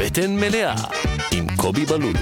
בטן מלאה עם קובי בלולו.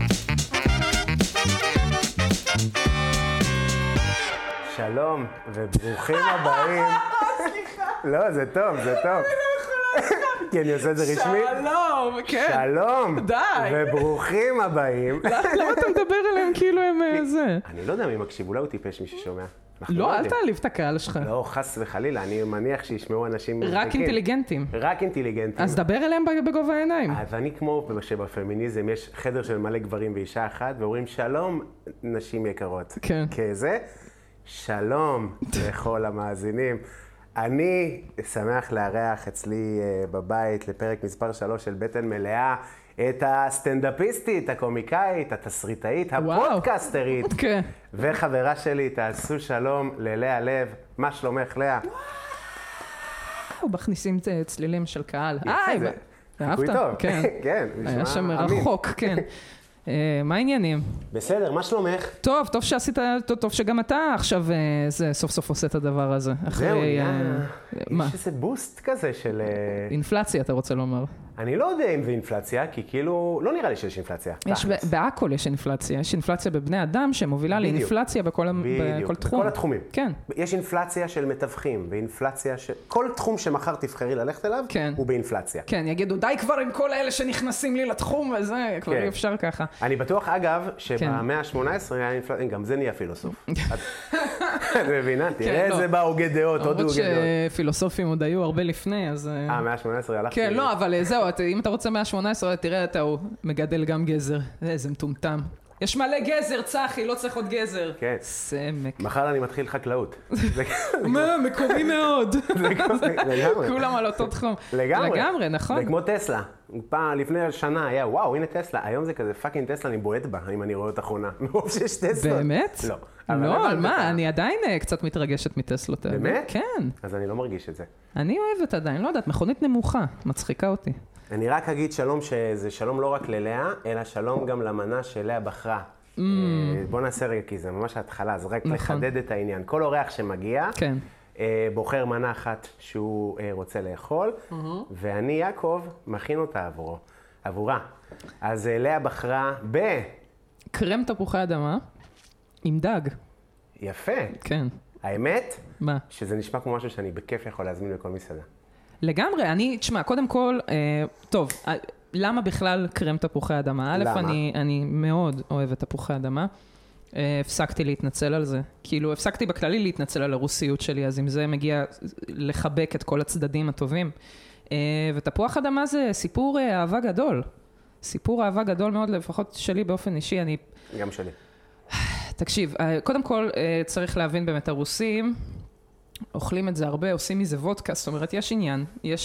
שלום וברוכים הבאים. סליחה. לא, זה טוב, זה טוב. כי אני עושה את זה רשמי. שלום, כן. שלום. די. וברוכים הבאים. למה אתה מדבר אליהם כאילו הם זה? אני לא יודע מי מקשיב, אולי הוא טיפש מי ששומע. לא, אל תעליב את הקהל שלך. לא, חס וחלילה, אני מניח שישמעו אנשים... רק אינטליגנטים. רק אינטליגנטים. אז דבר אליהם בגובה העיניים. אז אני כמו שבפמיניזם יש חדר של מלא גברים ואישה אחת, ואומרים שלום נשים יקרות. כן. כזה, שלום לכל המאזינים. אני שמח לארח אצלי בבית לפרק מספר 3 של בטן מלאה את הסטנדאפיסטית, הקומיקאית, התסריטאית, הפודקאסטרית. כן. וחברה שלי, תעשו שלום ללאה לב. מה שלומך, לאה? מכניסים צלילים של קהל. חיקוי טוב. כן. כן. היה שם רחוק, כן. מה העניינים? בסדר, מה שלומך? טוב, טוב שעשית, טוב שגם אתה עכשיו סוף סוף עושה את הדבר הזה. זהו, יש איזה בוסט כזה של... אינפלציה, אתה רוצה לומר. אני לא יודע אם זה אינפלציה, כי כאילו, לא נראה לי שיש אינפלציה. בהכל יש אינפלציה. יש אינפלציה בבני אדם שמובילה לאינפלציה בכל תחום. בכל התחומים. כן. יש אינפלציה של מתווכים, ואינפלציה של... כל תחום שמחר תבחרי ללכת אליו, הוא באינפלציה. כן, יגידו, די כבר עם כל האלה שנכנסים לי לתחום הזה, כבר אי אפשר ככה. אני בטוח, אגב, שבמאה ה-18 היה אינפלציה, גם זה נהיה פילוסוף. את מבינה? תראה איזה בהוגי דעות, עוד הוגי דעות. למרות שפילוסופים עוד היו הרבה לפני, אז... מאה ה-18 הלכתי. כן, לא, אבל זהו, אם אתה רוצה מאה ה-18, תראה, אתה מגדל גם גזר. איזה מטומטם. יש מלא גזר, צחי, לא צריך עוד גזר. כן. סמק. מחר אני מתחיל חקלאות. מקורי מאוד. לגמרי. כולם על אותו תחום. לגמרי, נכון. זה כמו טסלה. פעם לפני שנה היה, וואו, הנה טסלה. היום זה כזה פאקינג טסלה, אני בועט בה, אם אני רואה אותה אחרונה. מרוב שיש טסלות. באמת? לא. לא, על מה? אני עדיין קצת מתרגשת מטסלות. באמת? כן. אז אני לא מרגיש את זה. אני אוהבת עדיין, לא יודעת, מכונית נמוכה, מצחיקה אותי. אני רק אגיד שלום שזה שלום לא רק ללאה, אלא שלום גם למנה שלאה בחרה. בוא נעשה רגע, כי זה ממש ההתחלה, אז רק לחדד את העניין. כל אורח שמגיע, בוחר מנה אחת שהוא רוצה לאכול, ואני, יעקב, מכין אותה עבורה. אז לאה בחרה קרם תפוחי אדמה עם דג. יפה. כן. האמת? מה? שזה נשמע כמו משהו שאני בכיף יכול להזמין לכל מסעדה. לגמרי, תשמע, קודם כל, טוב, למה בכלל קרם תפוחי אדמה? א', אני מאוד אוהבת תפוחי אדמה. הפסקתי להתנצל על זה. כאילו, הפסקתי בכללי להתנצל על הרוסיות שלי, אז אם זה מגיע לחבק את כל הצדדים הטובים. ותפוח אדמה זה סיפור אהבה גדול. סיפור אהבה גדול מאוד, לפחות שלי באופן אישי. גם שלי. תקשיב, קודם כל צריך להבין באמת הרוסים, אוכלים את זה הרבה, עושים מזה וודקה, זאת אומרת, יש עניין,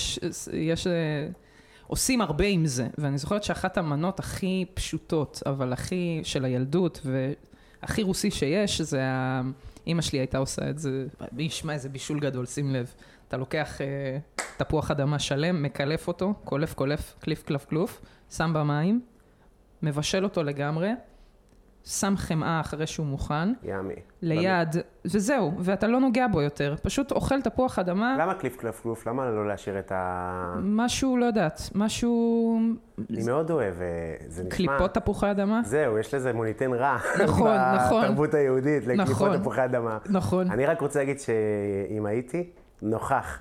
עושים הרבה עם זה, ואני זוכרת שאחת המנות הכי פשוטות, אבל הכי של הילדות, והכי רוסי שיש, זה אמא שלי הייתה עושה את זה, ישמע איזה בישול גדול, שים לב, אתה לוקח תפוח אדמה שלם, מקלף אותו, קולף, קליף, קלף, שם במים, מבשל אותו לגמרי, שם חמאה אחרי שהוא מוכן, ימי. ליד, וזהו, ואתה לא נוגע בו יותר, פשוט אוכל תפוח אדמה. למה קליף קלף קלוף? למה לא להשאיר את משהו, לא יודעת, משהו... אני מאוד אוהב, זה נשמע... קליפות תפוחי אדמה? זהו, יש לזה מוניטין רע. נכון. בתרבות היהודית, לקליפות תפוחי אדמה. נכון. אני רק רוצה להגיד שאם הייתי, נוכח.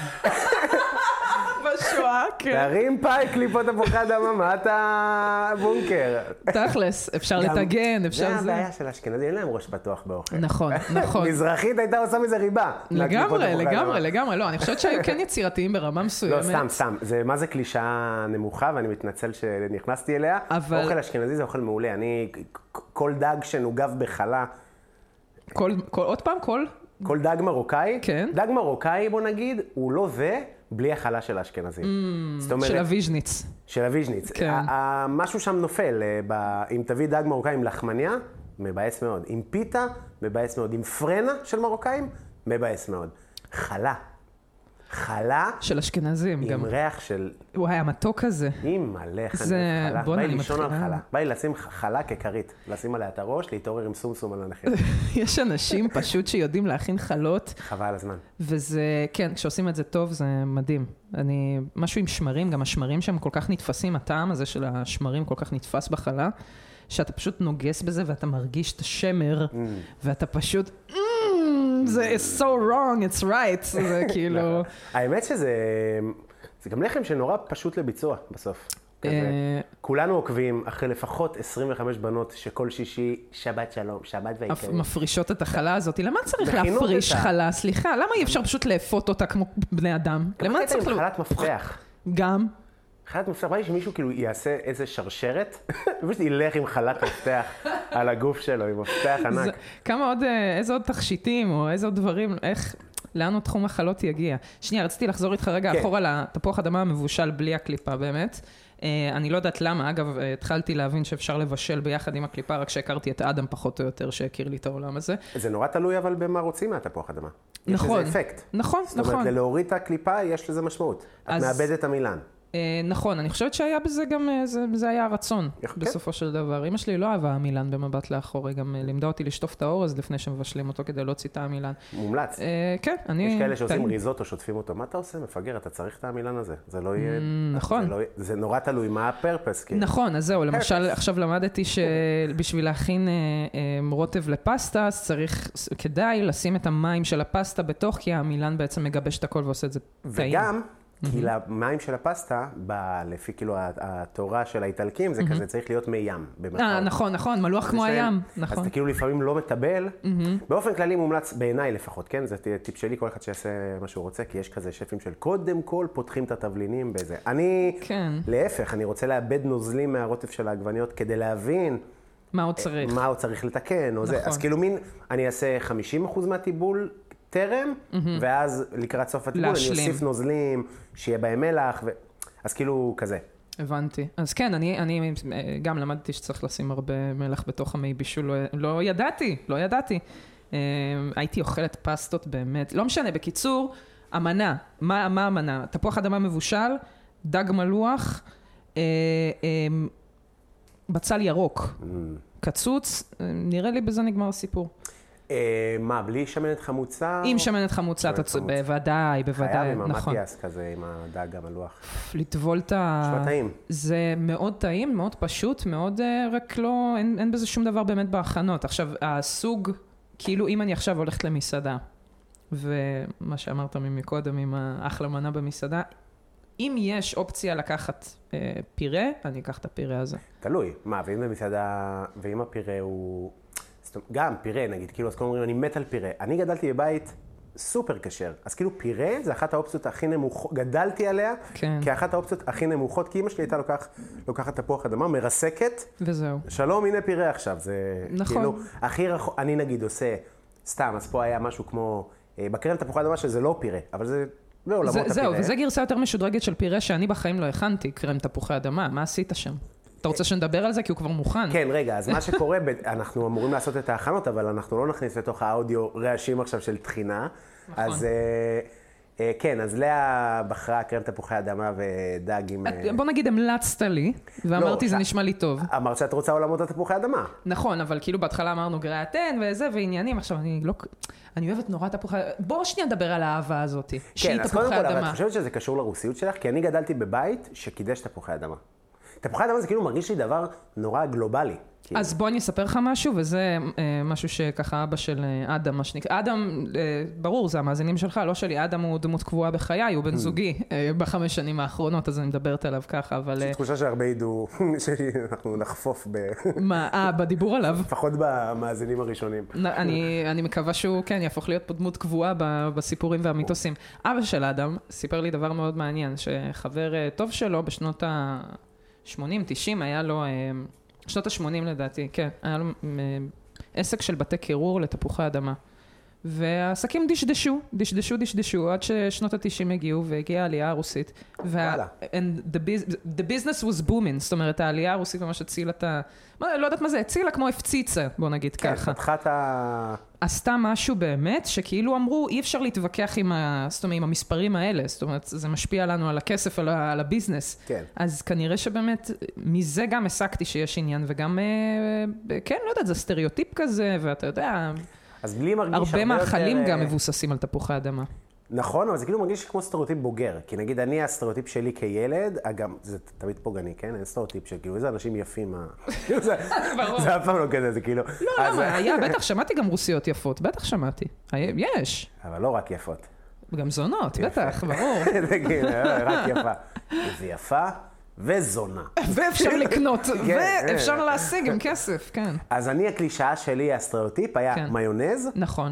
בשואה, כן. תרים פאי קליפות תפוחי אדמה, מה אתה בונקר? תכלס, אפשר לתגן, אפשר זה. זה הבעיה של אשכנזי, אין להם ראש פתוח באוכל. נכון. מזרחית הייתה עושה מזה ריבה. לגמרי. לא, אני חושבת שהיו כן יצירתיים ברמה מסוימת. לא, סתם. מה זה קלישה נמוכה, ואני מתנצל שנכנסתי אליה. אוכל אשכנזי זה אוכל מעולה. כל דג שנוגב בחלה. עוד פעם, כל דג מרוקאי. כן. דג מרוקאי, בוא נגיד, הוא לא זה בלי החלה של האשכנזים. של הוויז'ניץ. של הוויז'ניץ. משהו שם נופל. אם תביא דג מרוקאי עם לחמניה, מבאס מאוד. עם פיתה, מבאס מאוד. עם פרנה של מרוקאים, מבאס מאוד. חלה. חלה. של אשכנזים גם. עם ריח של... הוא היה מתוק כזה. עם מלא חלה. בואי לישון על חלה. בואי לשים חלה ככרית. לשים עליה את הראש, להתעורר עם סומסום על הנחיר. יש אנשים פשוט שיודעים להכין חלות. חבל הזמן. וזה, כן, כשעושים את זה טוב זה מדהים. משהו עם שמרים, גם השמרים שהם כל כך נתפסים, הטעם הזה של השמרים כל כך נתפס בחלה, שאתה פשוט נוגס בזה ואתה מרגיש את השמר, ואתה פשוט... זה so wrong, it's right, זה כאילו... האמת שזה גם לחם שנורא פשוט לביצוע בסוף. כולנו עוקבים אחרי לפחות 25 בנות שכל שישי שבת שלום, שבת ויקרים. מפרישות את החלה הזאת. למה צריך להפריש חלה? סליחה, למה אי אפשר פשוט לאפות אותה כמו בני אדם? למה צריך... חלת מפתח. גם. חלת מפתח, בא לי שמישהו כאילו יעשה איזה שרשרת, ופשוט ילך עם חלת מפתח על הגוף שלו, עם מפתח ענק. איזה עוד תכשיטים או איזה עוד דברים, לאן עוד תחום החלות יגיע? שנייה, רציתי לחזור איתך רגע אחורה לתפוח אדמה המבושל בלי הקליפה באמת. אני לא יודעת למה, אגב, התחלתי להבין שאפשר לבשל ביחד עם הקליפה, רק שהכרתי את אדם פחות או יותר שהכיר לי את העולם הזה. זה נורא תלוי אבל במה רוצים מהתפוח אדמה. נכון. יש לזה אפקט. נכון, נכון. זאת אומרת, להוריד את הקליפה יש לזה משמעות. את מאבדת את המילן. נכון, אני חושבת שהיה בזה גם, זה היה הרצון בסופו של דבר. אמא שלי לא אהבה המילן במבט לאחורי, גם לימדה אותי לשטוף את האורז לפני שמבשלים אותו כדי להוציא את המילן. מומלץ. כן, יש כאלה שעושים ריזוט או שוטפים אותו. מה אתה עושה? מפגר, אתה צריך את המילן הזה. זה לא יהיה... נכון. זה נורא תלוי, מה הפרפס? נכון, אז זהו, למשל, עכשיו למדתי שבשביל להכין רוטב לפסטה, אז צריך, כדאי לשים את המים של הפסטה בתוך, כי המילן בעצם מגבש את הכל ועושה את זה טעים. וגם, כי למים של הפסטה, לפי כאילו התורה של האיטלקים, זה כזה צריך להיות מי ים. נכון, נכון, מלוח כמו הים. אז אתה כאילו לפעמים לא מטבל. באופן כללי מומלץ, בעיניי לפחות, כן? זה טיפ שלי, כל אחד שיעשה מה שהוא רוצה, כי יש כזה שפים של קודם כל פותחים את התבלינים באיזה. אני, להפך, אני רוצה לאבד נוזלים מהרוטב של העגבניות כדי להבין מה עוד צריך. מה עוד צריך לתקן, או זה. אז כאילו מין, אני אעשה 50% מהטיבול, טרם, ואז לקראת סוף הטיפול אני אוסיף נוזלים, שיהיה בהם מלח, אז כאילו כזה. הבנתי. אז כן, אני גם למדתי שצריך לשים הרבה מלח בתוך המי בישול, לא ידעתי. הייתי אוכלת פסטות באמת, לא משנה, בקיצור, המנה, מה המנה? תפוח אדמה מבושל, דג מלוח, בצל ירוק, קצוץ, נראה לי בזה נגמר הסיפור. מה, בלי שמנת חמוצה? עם שמנת חמוצה, בוודאי, חייב עם המתיאס כזה, עם הדג המלוח. לטבול את ה... נשמע טעים. זה מאוד טעים, מאוד פשוט, מאוד רק לא, אין בזה שום דבר באמת בהכנות. עכשיו, הסוג, כאילו אם אני עכשיו הולכת למסעדה, ומה שאמרת מקודם עם האחלה מנה במסעדה, אם יש אופציה לקחת פירה, אני אקח את הפירה הזה. תלוי. מה, ואם במסעדה, ואם הפירה הוא... גם פירה, נגיד, כאילו, אז כולם אומרים, אני מת על פירה. אני גדלתי בבית סופר כשר. אז כאילו, פירה זה אחת האופציות הכי נמוכות, גדלתי עליה, כי אחת האופציות הכי נמוכות, כי אמא שלי הייתה לוקחת תפוח אדמה, מרסקת. וזהו. שלום, הנה פירה עכשיו. זה נכון. כאילו, הכי רחוק, אני נגיד עושה, סתם, אז פה היה משהו כמו, בקרם תפוח אדמה שזה לא פירה, אבל זה בעולמות הפירה. זהו, וזה גרסה יותר משודרגת של פירה שאני בחיים לא הכנתי, קרם תפוחי אדמה. מה עשית שם? אתה רוצה שנדבר על זה? כי הוא כבר מוכן. כן, רגע, אז מה שקורה, אנחנו אמורים לעשות את ההכנות, אבל אנחנו לא נכניס לתוך האודיו רעשים עכשיו של תחינה. נכון. אז כן, אז לאה בחרה קרם תפוחי אדמה ודג עם... בוא נגיד, המלצת לי, ואמרתי, זה נשמע לי טוב. אמרת שאת רוצה עולמות התפוחי אדמה. נכון, אבל כאילו בהתחלה אמרנו גרעתן וזה, ועניינים. עכשיו, אני אוהבת נורא תפוחי אדמה. בוא שנייה נדבר על האהבה הזאת, שהיא תפוחי אדמה. כן, אז קודם כל, אבל את חושבת שזה קשור לרוסיות שלך? כי אני גדלתי בבית שקידש תפוחי אדמה. תפוחי אדמה זה כאילו מרגיש לי דבר נורא גלובלי. אז בוא אני אספר לך משהו, וזה משהו שככה אבא של אדם, מה שנקרא. אדם, ברור, זה המאזינים שלך, לא שלי. אדם הוא דמות קבועה בחיי, הוא בן זוגי ב5 שנים האחרונות, אז אני מדברת עליו ככה, אבל... יש תחושה שהרבה ידעו שאנחנו נחפוף מה, בדיבור עליו? לפחות במאזינים הראשונים. אני מקווה שהוא, כן, יהפוך להיות פה דמות קבועה בסיפורים והמיתוסים. אבא של אדם סיפר לי דבר מאוד מעניין, שחבר טוב שלו בשנות ה-80, 90, היה לו... שנות ה-80 לדעתי, כן. היה לו עסק של בתי קירור לתפוחי אדמה. והעסקים דשדשו, עד ששנות ה-90 הגיעו, והגיעה העלייה הרוסית. The business was booming, זאת אומרת, העלייה הרוסית ממש הצילה את ה... לא יודעת מה זה, הצילה כמו הפציצה, בוא נגיד ככה. כן, פתחה את ה... עשתה משהו באמת, שכאילו אמרו, אי אפשר להתווכח עם המספרים האלה, זאת אומרת, זה משפיע לנו על הכסף, על הביזנס. כן. אז כנראה שבאמת, מזה גם הסקתי שיש עניין, וגם, כן, לא יודעת, זה סטריאוטיפ כזה, ואתה יודע... אז בלי מרגיש הרבה מאכלים גם מבוססים על תפוחי אדמה. נכון, אבל זה כאילו מרגיש כמו סטריאוטיפ בוגר. כי נגיד, אני הסטריאוטיפ שלי כילד, אגב, זה תמיד פוגעני, כן? אין סטריאוטיפ שכאילו, איזה אנשים יפים. זה אף פעם לא כזה, זה כאילו... לא, למה? היה, בטח שמעתי גם רוסיות יפות, בטח שמעתי. יש. אבל לא רק יפות. גם זונות, בטח, ברור. זה כאילו, רק יפה. זה יפה. וזונה. ואפשר לקנות, ואפשר להשיג עם כסף, כן. אז אני, הקלישאה שלי, הסטריאוטיפ, היה מיונז. נכון.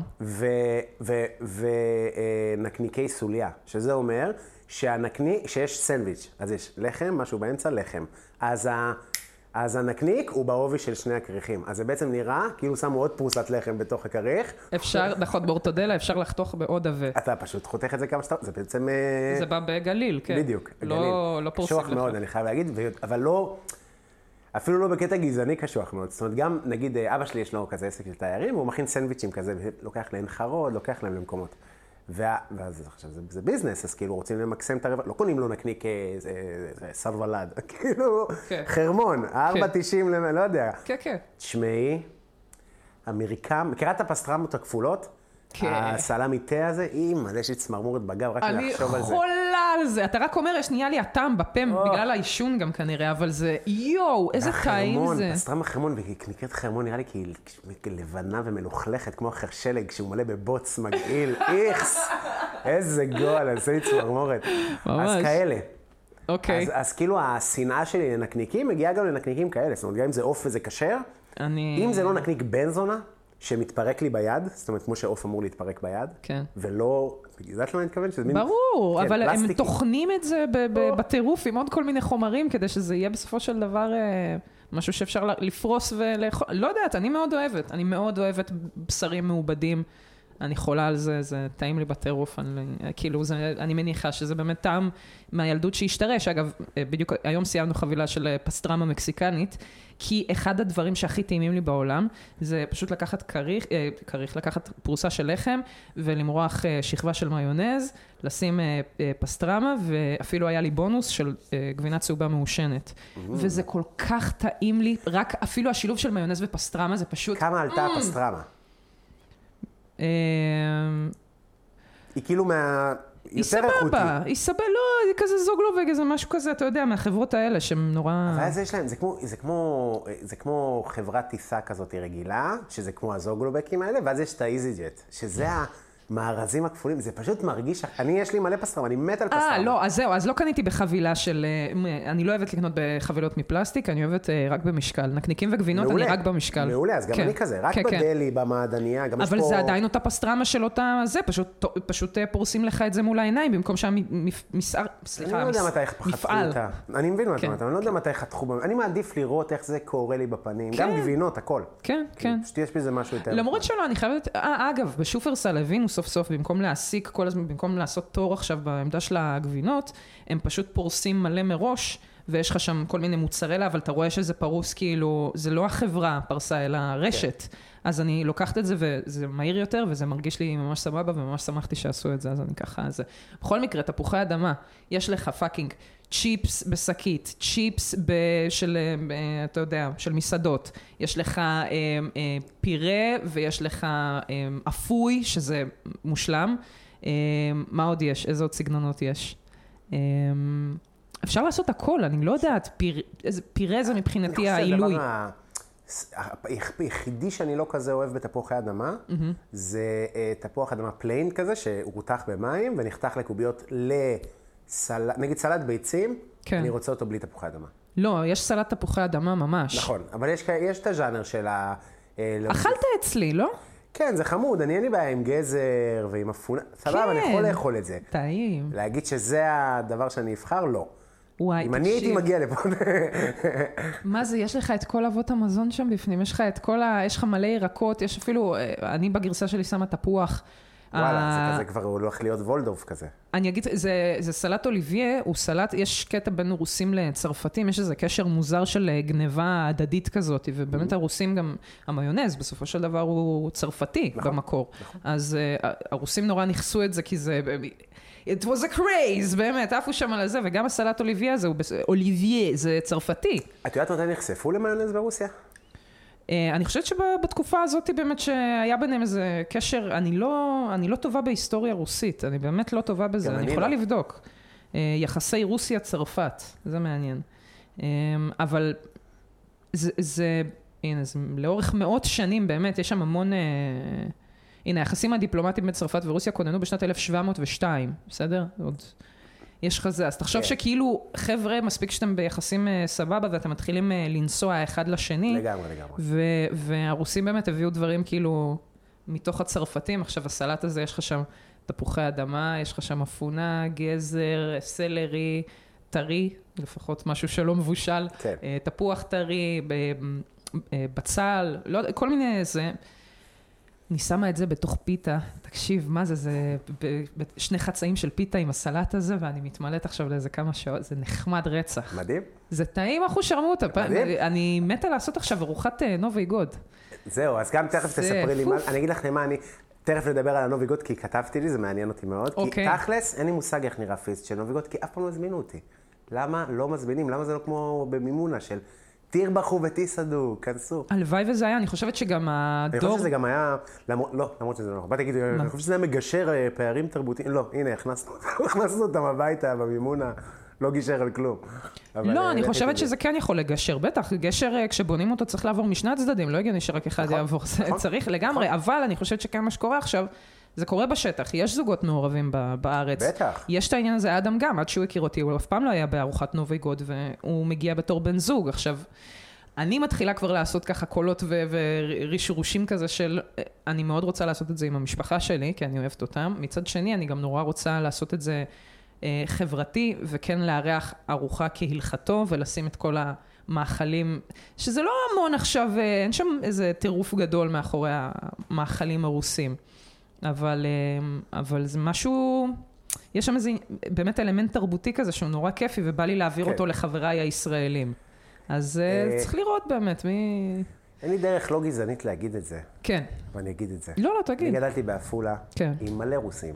ונקניקי סוליה, שזה אומר שיש סנדוויץ', אז יש לחם, משהו באמצע, לחם. אז הנקניק הוא בעובי של שני הכריכים. אז זה בעצם נראה כאילו שמו עוד פרוסת לחם בתוך הכריך. אפשר, נכון, באורטודלה אפשר לחתוך בעוד עבה. אתה פשוט חותך את זה כמה שאתה... זה בעצם... זה בא בגליל, כן. בדיוק, גליל. לא פורסים לך. קשוח מאוד, אני חייב להגיד, אבל לא... אפילו לא בקטע גזעני קשוח מאוד. זאת אומרת, גם, נגיד, אבא שלי יש לו כזה עסק של תיירים, והוא מכין סנדוויצ'ים כזה, לוקח להם חרוד, לוקח להם למקומות. ואז עכשיו זה ביזנס, אז כאילו רוצים למקסם את הרווח, לא קונים לו נקניק סרבלד, כאילו חרמון, 4.90, לא יודע. כן, כן. תשמעי, אמריקאים, מכירה את הפסטרמות הכפולות? כן. הסלמי תה הזה, מלא יש לי צמרמורת בגב, רק לחשוב על זה. אני חולה על זה, אתה רק אומר, שנייה לי הטעם בפה, בגלל האישון גם כנראה, אבל זה, יואו, איזה טעים זה. פסטרמה חרמון, וקניקת חרמון נראה לי כי לבנה ומלוכלכת, כמו החרשלג, שהוא מלא בבוץ מגעיל, איכס, איזה גול, עושה לי צמרמורת. ממש. אז כאלה. אוקיי. אז כאילו השנאה שלי לנקניקים מגיעה גם לנקניקים כאלה, זאת אומרת, גם אם זה עוף וזה כשר, אם זה לא נקניק בן זונה, שמתפרק לי ביד, זאת אומרת, כמו שעוף אמור להתפרק ביד, כן. ולא, יודעת למה אני מתכוון? שזה מין... ברור, כן, אבל פלסטיקים. הם תוכנים את זה בטירוף עם עוד כל מיני חומרים, כדי שזה יהיה בסופו של דבר משהו שאפשר לפרוס ולאכול. לא יודעת, אני מאוד אוהבת בשרים מעובדים, אני חולה על זה, זה טעים לי בטירוף, כאילו, אני מניחה שזה באמת טעם מהילדות שהשתרש. אגב, בדיוק היום סיימנו חבילה של פסטרמה מקסיקנית, כי אחד הדברים שהכי טעימים לי בעולם, זה פשוט לקחת לקחת פרוסה של לחם, ולמרוח שכבה של מיונז, לשים פסטרמה, ואפילו היה לי בונוס של גבינה צהובה מעושנת. וזה כל כך טעים לי, רק אפילו השילוב של מיונז ופסטרמה, זה פשוט... כמה עלתה הפסטרמה? היא כאילו היא סבבה, לא, היא כזה זוגלובג, זה משהו כזה, אתה יודע, מהחברות האלה שהן נורא... אבל זה יש להם, זה כמו חברת טיסה כזאת רגילה, שזה כמו הזוגלובקים האלה, ואז יש את האיזי-ג'ט, שזה המארזים הכפולים, זה פשוט מרגיש, יש לי מלא פסטרמה, אני מת על פסטרמה. לא, אז זהו, אז לא קניתי בחבילה של, אני לא אוהבת לקנות בחבילות מפלסטיק, אני אוהבת רק במשקל. נקניקים וגבינות, אני רק במשקל. מעולה, אז גם אני כזה, רק בדלי, במעדניה, גם יש פה... אבל זה עדיין אותה פסטרמה של אותה, זה, פשוט פורסים לך את זה מול העיניים, במקום שהמסער, סליחה, מפעל. אני מבין מה אתה אומר, אני לא יודע מתי חתכו, אני מעדיף לראות איך זה קורה לי בפנים, גם גבינות, הכל. כן, כן. יש בזה משהו יותר. למרות שלא, אני חייבת, אגב, בשופרסל הבינו סוף סוף, במקום להעסיק כל הזמן, במקום לעשות תור עכשיו בעמדה של הגבינות, הם פשוט פורסים מלא מראש, ויש לך שם כל מיני מוצרלה, אבל אתה רואה שזה פרוס כאילו, זה לא החברה פרסה, אלא רשת. כן. אז אני לוקחת את זה, וזה מהיר יותר, וזה מרגיש לי ממש סבבה, וממש שמחתי שעשו את זה, אז אני ככה, אז... בכל מקרה, תפוחי אדמה, יש לך פאקינג צ'יפס בשקית, צ'יפס של, אתה יודע, של מסעדות, יש לך פירה, ויש לך אפוי, שזה מושלם. מה עוד יש? איזה עוד סגנונות יש? אפשר לעשות הכל, אני לא יודעת, פירה זה מבחינתי העילוי. היחידי שאני לא כזה אוהב בתפוחי אדמה, זה תפוח אדמה פליין כזה, שהוא רותח במים ונחתך לקוביות נגיד סלט ביצים, אני רוצה אותו בלי תפוחי אדמה. לא, יש סלט תפוחי אדמה ממש. נכון, אבל יש את הז'אנר של ה... אכלת אצלי, לא? כן, זה חמוד, אין לי בעיה עם גזר ועם אפונה, סבבה, אני יכול לאכול את זה. טעים. להגיד שזה הדבר שאני אבחר, לא. אם אני הייתי מגיע לפה. מה זה, יש לך את כל אבות המזון שם בפנים, יש לך את כל יש לך מלא ירקות, יש אפילו, אני בגרסה שלי שמה תפוח. וואלה, זה כזה כבר הולך להיות וולדורף כזה. אני אגיד, זה סלט אוליביה, הוא סלט, יש קטע בין רוסים לצרפתים, יש איזה קשר מוזר של גניבה הדדית כזאת, ובאמת הרוסים גם, המיונז בסופו של דבר הוא צרפתי במקור. אז הרוסים נורא נכסו את זה, כי זה, it was a craze, באמת, עפו שם על זה, וגם הסלט אוליביה הזה, אוליביה, זה צרפתי. את יודעת מתי נחשפו למיונז ברוסיה? אני חושבת שבתקופה הזאת באמת שהיה ביניהם איזה קשר, אני לא טובה בהיסטוריה רוסית, אני באמת לא טובה בזה, אני יכולה לבדוק. יחסי רוסיה-צרפת, זה מעניין. אבל זה, הנה, לאורך מאות שנים באמת, יש שם המון, הנה, היחסים הדיפלומטיים בין צרפת ורוסיה כוננו בשנת 1702, בסדר? עוד... יש לך זה, אז תחשוב שכאילו, חבר'ה, מספיק שאתם ביחסים סבבה, ואתם מתחילים לנסוע אחד לשני. לגמרי. והרוסים באמת הביאו דברים כאילו, מתוך הצרפתים. עכשיו, הסלט הזה, יש לך שם תפוחי אדמה, יש לך שם אפונה, גזר, סלרי, טרי, לפחות משהו שלא מבושל, תפוח טרי, בצל, לא, כל מיני זה. אני שמה את זה בתוך פיתה, תקשיב, מה זה, זה שני חצאים של פיתה עם הסלט הזה, ואני מתמלאת עכשיו לאיזה כמה שעות, זה נחמד רצח. מדהים. זה טעים אחו שרמוטה, אני מתה לעשות עכשיו ארוחת נובי גוד. זהו, אז גם תכף תספרי לי, אני אגיד לך למה אני, תכף לדבר על הנובי גוד, כי כתבתי לי, זה מעניין אותי מאוד, כי תכלס, אין לי מושג איך נראה פיסט של נובי גוד, כי אף פעם לא הזמינו אותי. למה לא מזמינים? למה זה לא כמו במימונה של... תרבחו ותיסדו, כנסו. הלוואי וזה היה, אני חושבת שגם הדור... אני חושב שזה גם היה, למרות שזה לא, באתי להגיד, אני חושב שזה היה מגשר פערים תרבותיים, לא, הנה, הכנסנו אותם הביתה במימונה, לא גישר על כלום. לא, אני חושבת שזה כן יכול לגשר, בטח, גשר כשבונים אותו צריך לעבור משני הצדדים, לא הגיוני שרק אחד יעבור, צריך לגמרי, אבל אני חושבת שכן מה שקורה עכשיו, זה קורה בשטח, יש זוגות מעורבים בארץ. בטח. יש את העניין הזה, אדם גם, עד שהוא הכיר אותי, הוא אף פעם לא היה בארוחת נובי גוד, והוא מגיע בתור בן זוג. עכשיו, אני מתחילה כבר לעשות ככה קולות ורישושים כזה של, אני מאוד רוצה לעשות את זה עם המשפחה שלי, כי אני אוהבת אותם. מצד שני, אני גם נורא רוצה לעשות את זה חברתי, וכן לארח ארוחה כהלכתו, ולשים את כל המאכלים, שזה לא המון עכשיו, אין שם איזה טירוף גדול מאחורי המאכלים הרוסים. אבל זה משהו, יש שם איזה באמת אלמנט תרבותי כזה שהוא נורא כיפי, ובא לי להעביר אותו לחבריי הישראלים. אז צריך לראות באמת מי... אין לי דרך לא גזענית להגיד את זה. כן. ואני אגיד את זה. לא, תגיד. אני גדלתי באפולה עם מלא רוסים.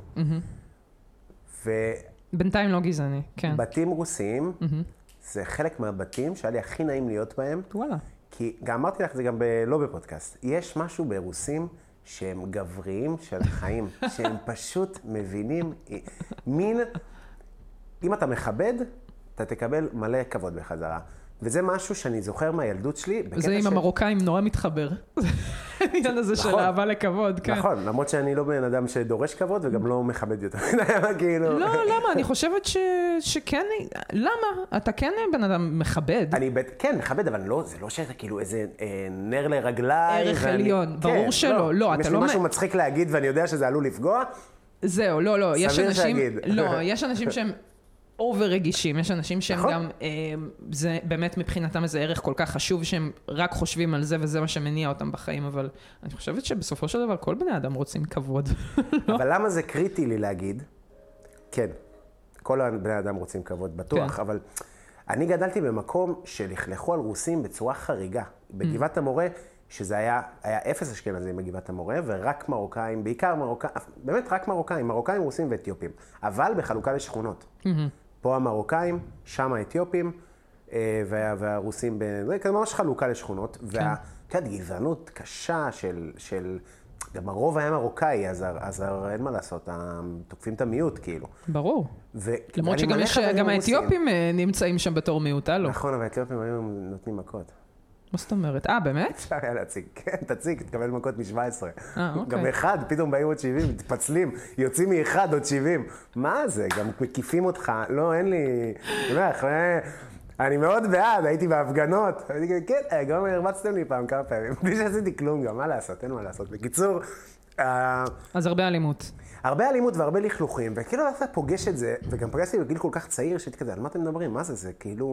בינתיים לא גזעני, כן. בתים רוסיים, זה חלק מהבתים שהיה לי הכי נעים להיות בהם. וואלה. כי גם אמרתי לך, זה גם לא בפודקאסט. יש משהו ברוסים שהם גבריים של חיים, שהם פשוט מבינים, מין, אם אתה מכבד, אתה תקבל מלא כבוד בחזרה. וזה משהו שאני זוכר מהילדות שלי. זה עם המרוקאים נורא מתחבר. העניין הזה של אהבה לכבוד, כן. נכון, למרות שאני לא בן אדם שדורש כבוד וגם לא מכבד יותר. לא, למה? אני חושבת שכן, למה? אתה כן בן אדם מכבד. אני כן מכבד, אבל זה לא שאתה כאילו איזה נר לרגליי. ערך עליון, ברור שלא. לא, אם יש לי משהו מצחיק להגיד ואני יודע שזה עלול לפגוע, זהו, לא. סביר שאגיד. לא, יש אנשים שהם אובר רגישים, יש אנשים שהם גם, זה באמת מבחינתם איזה ערך כל כך חשוב, שהם רק חושבים על זה, וזה מה שמניע אותם בחיים, אבל אני חושבת שבסופו של דבר כל בני אדם רוצים כבוד. אבל למה זה קריטי לי להגיד? כן, כל בני אדם רוצים כבוד, בטוח, אבל אני גדלתי במקום שלכלכו על רוסים בצורה חריגה. בגבעת המורה, שזה היה 0 אשכנזים בגבעת המורה, ורק מרוקאים, בעיקר מרוקאים, באמת רק מרוקאים, רוסים ואתיופים, אבל בחלוקה לשכונות. פה המרוקאים, שם האתיופים, והרוסים, זה ממש חלוקה לשכונות, והגזענות קשה של, גם הרוב היה מרוקאי, אז אין מה לעשות, תוקפים את המיעוט כאילו. ברור. למרות שגם האתיופים נמצאים שם בתור מיעוט, לא? נכון, אבל האתיופים היו נותנים מכות. מה זאת אומרת? באמת? אפשר היה להציג, כן, תציג, תקבל מכות מ-17. אוקיי. גם אחד, פתאום באים עוד 70, מתפצלים, יוצאים מ-1 עוד 70. מה זה? גם מקיפים אותך, לא, אין לי... אני מאוד בעד, הייתי בהפגנות. כן, גם הרבצתם לי פעם כמה פעמים, בלי שעשיתי כלום גם, מה לעשות, אין מה לעשות. בקיצור, אז הרבה אלימות. הרבה אלימות והרבה לכלוכים, וכאילו אתה פוגש את זה, וגם פגשתי בגיל כל כך צעיר, שהייתי כזה, על מה אתם מדברים? מה זה? זה כאילו...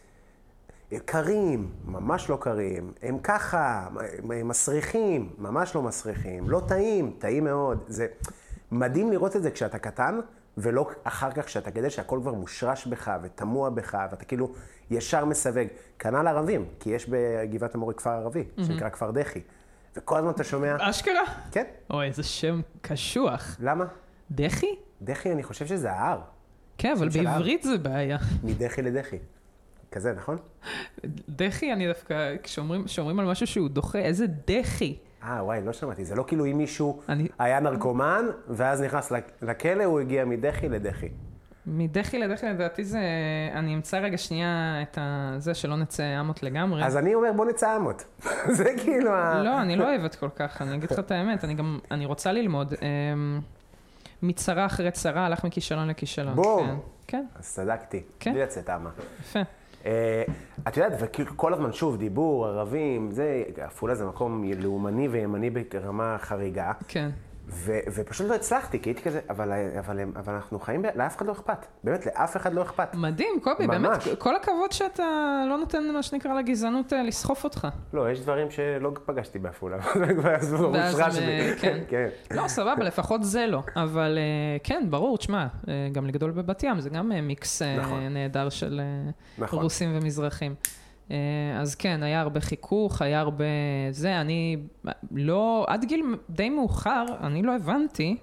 קרים, ממש לא קרים, הם ככה, הם מסריחים, ממש לא מסריחים, לא טעים, טעים מאוד. זה מדהים לראות את זה כשאתה קטן, ולא אחר כך כשאתה גדל שהכל כבר מושרש בך ותמוע בך, ואתה כאילו ישר מסווג. כנ"ל ערבים, כי יש בגבעת המורי כפר ערבי, שנקרא כפר דחי. וכל הזמן אתה שומע... אשכרה? כן. אוי, איזה שם קשוח. למה? דחי? דחי, אני חושב שזה ההר. כן, אבל בעברית זה בעיה. מדחי לדחי. כזה, נכון? דחי, אני דווקא, כשאומרים על משהו שהוא דוחה, איזה דחי. וואי, לא שמעתי. זה לא כאילו אם מישהו היה נרקומן, ואז נכנס לכלא, הוא הגיע מדחי לדחי. מדחי לדחי, לדעתי זה... אני אמצא רגע שנייה את זה שלא נצא אמות לגמרי. אז אני אומר, בוא נצא אמות. זה כאילו לא, אני לא אוהבת כל כך. אני אגיד לך את האמת. אני רוצה ללמוד. מצרה אחרי צרה, הלך מכישלון לכישלון. בום. כן. אז צדקתי. כן. בלי לצאת אמה. יפה. את יודעת, וכל הזמן שוב, דיבור, ערבים, זה, עפולה זה מקום לאומני וימני ברמה חריגה. כן. ופשוט לא הצלחתי, כי הייתי כזה, אבל אנחנו חיים, לאף אחד לא אכפת. באמת, לאף אחד לא אכפת. מדהים, קובי, באמת, כל הכבוד שאתה לא נותן מה שנקרא לגזענות לסחוף אותך. לא, יש דברים שלא פגשתי בעפולה. ואז, כן. לא, סבבה, לפחות זה לא. אבל כן, ברור, תשמע, גם לגדול בבת ים, זה גם מיקס נהדר של רוסים ומזרחים. אז כן, היה הרבה חיכוך, היה הרבה... זה, אני לא... עד גיל די מאוחר, אני לא הבנתי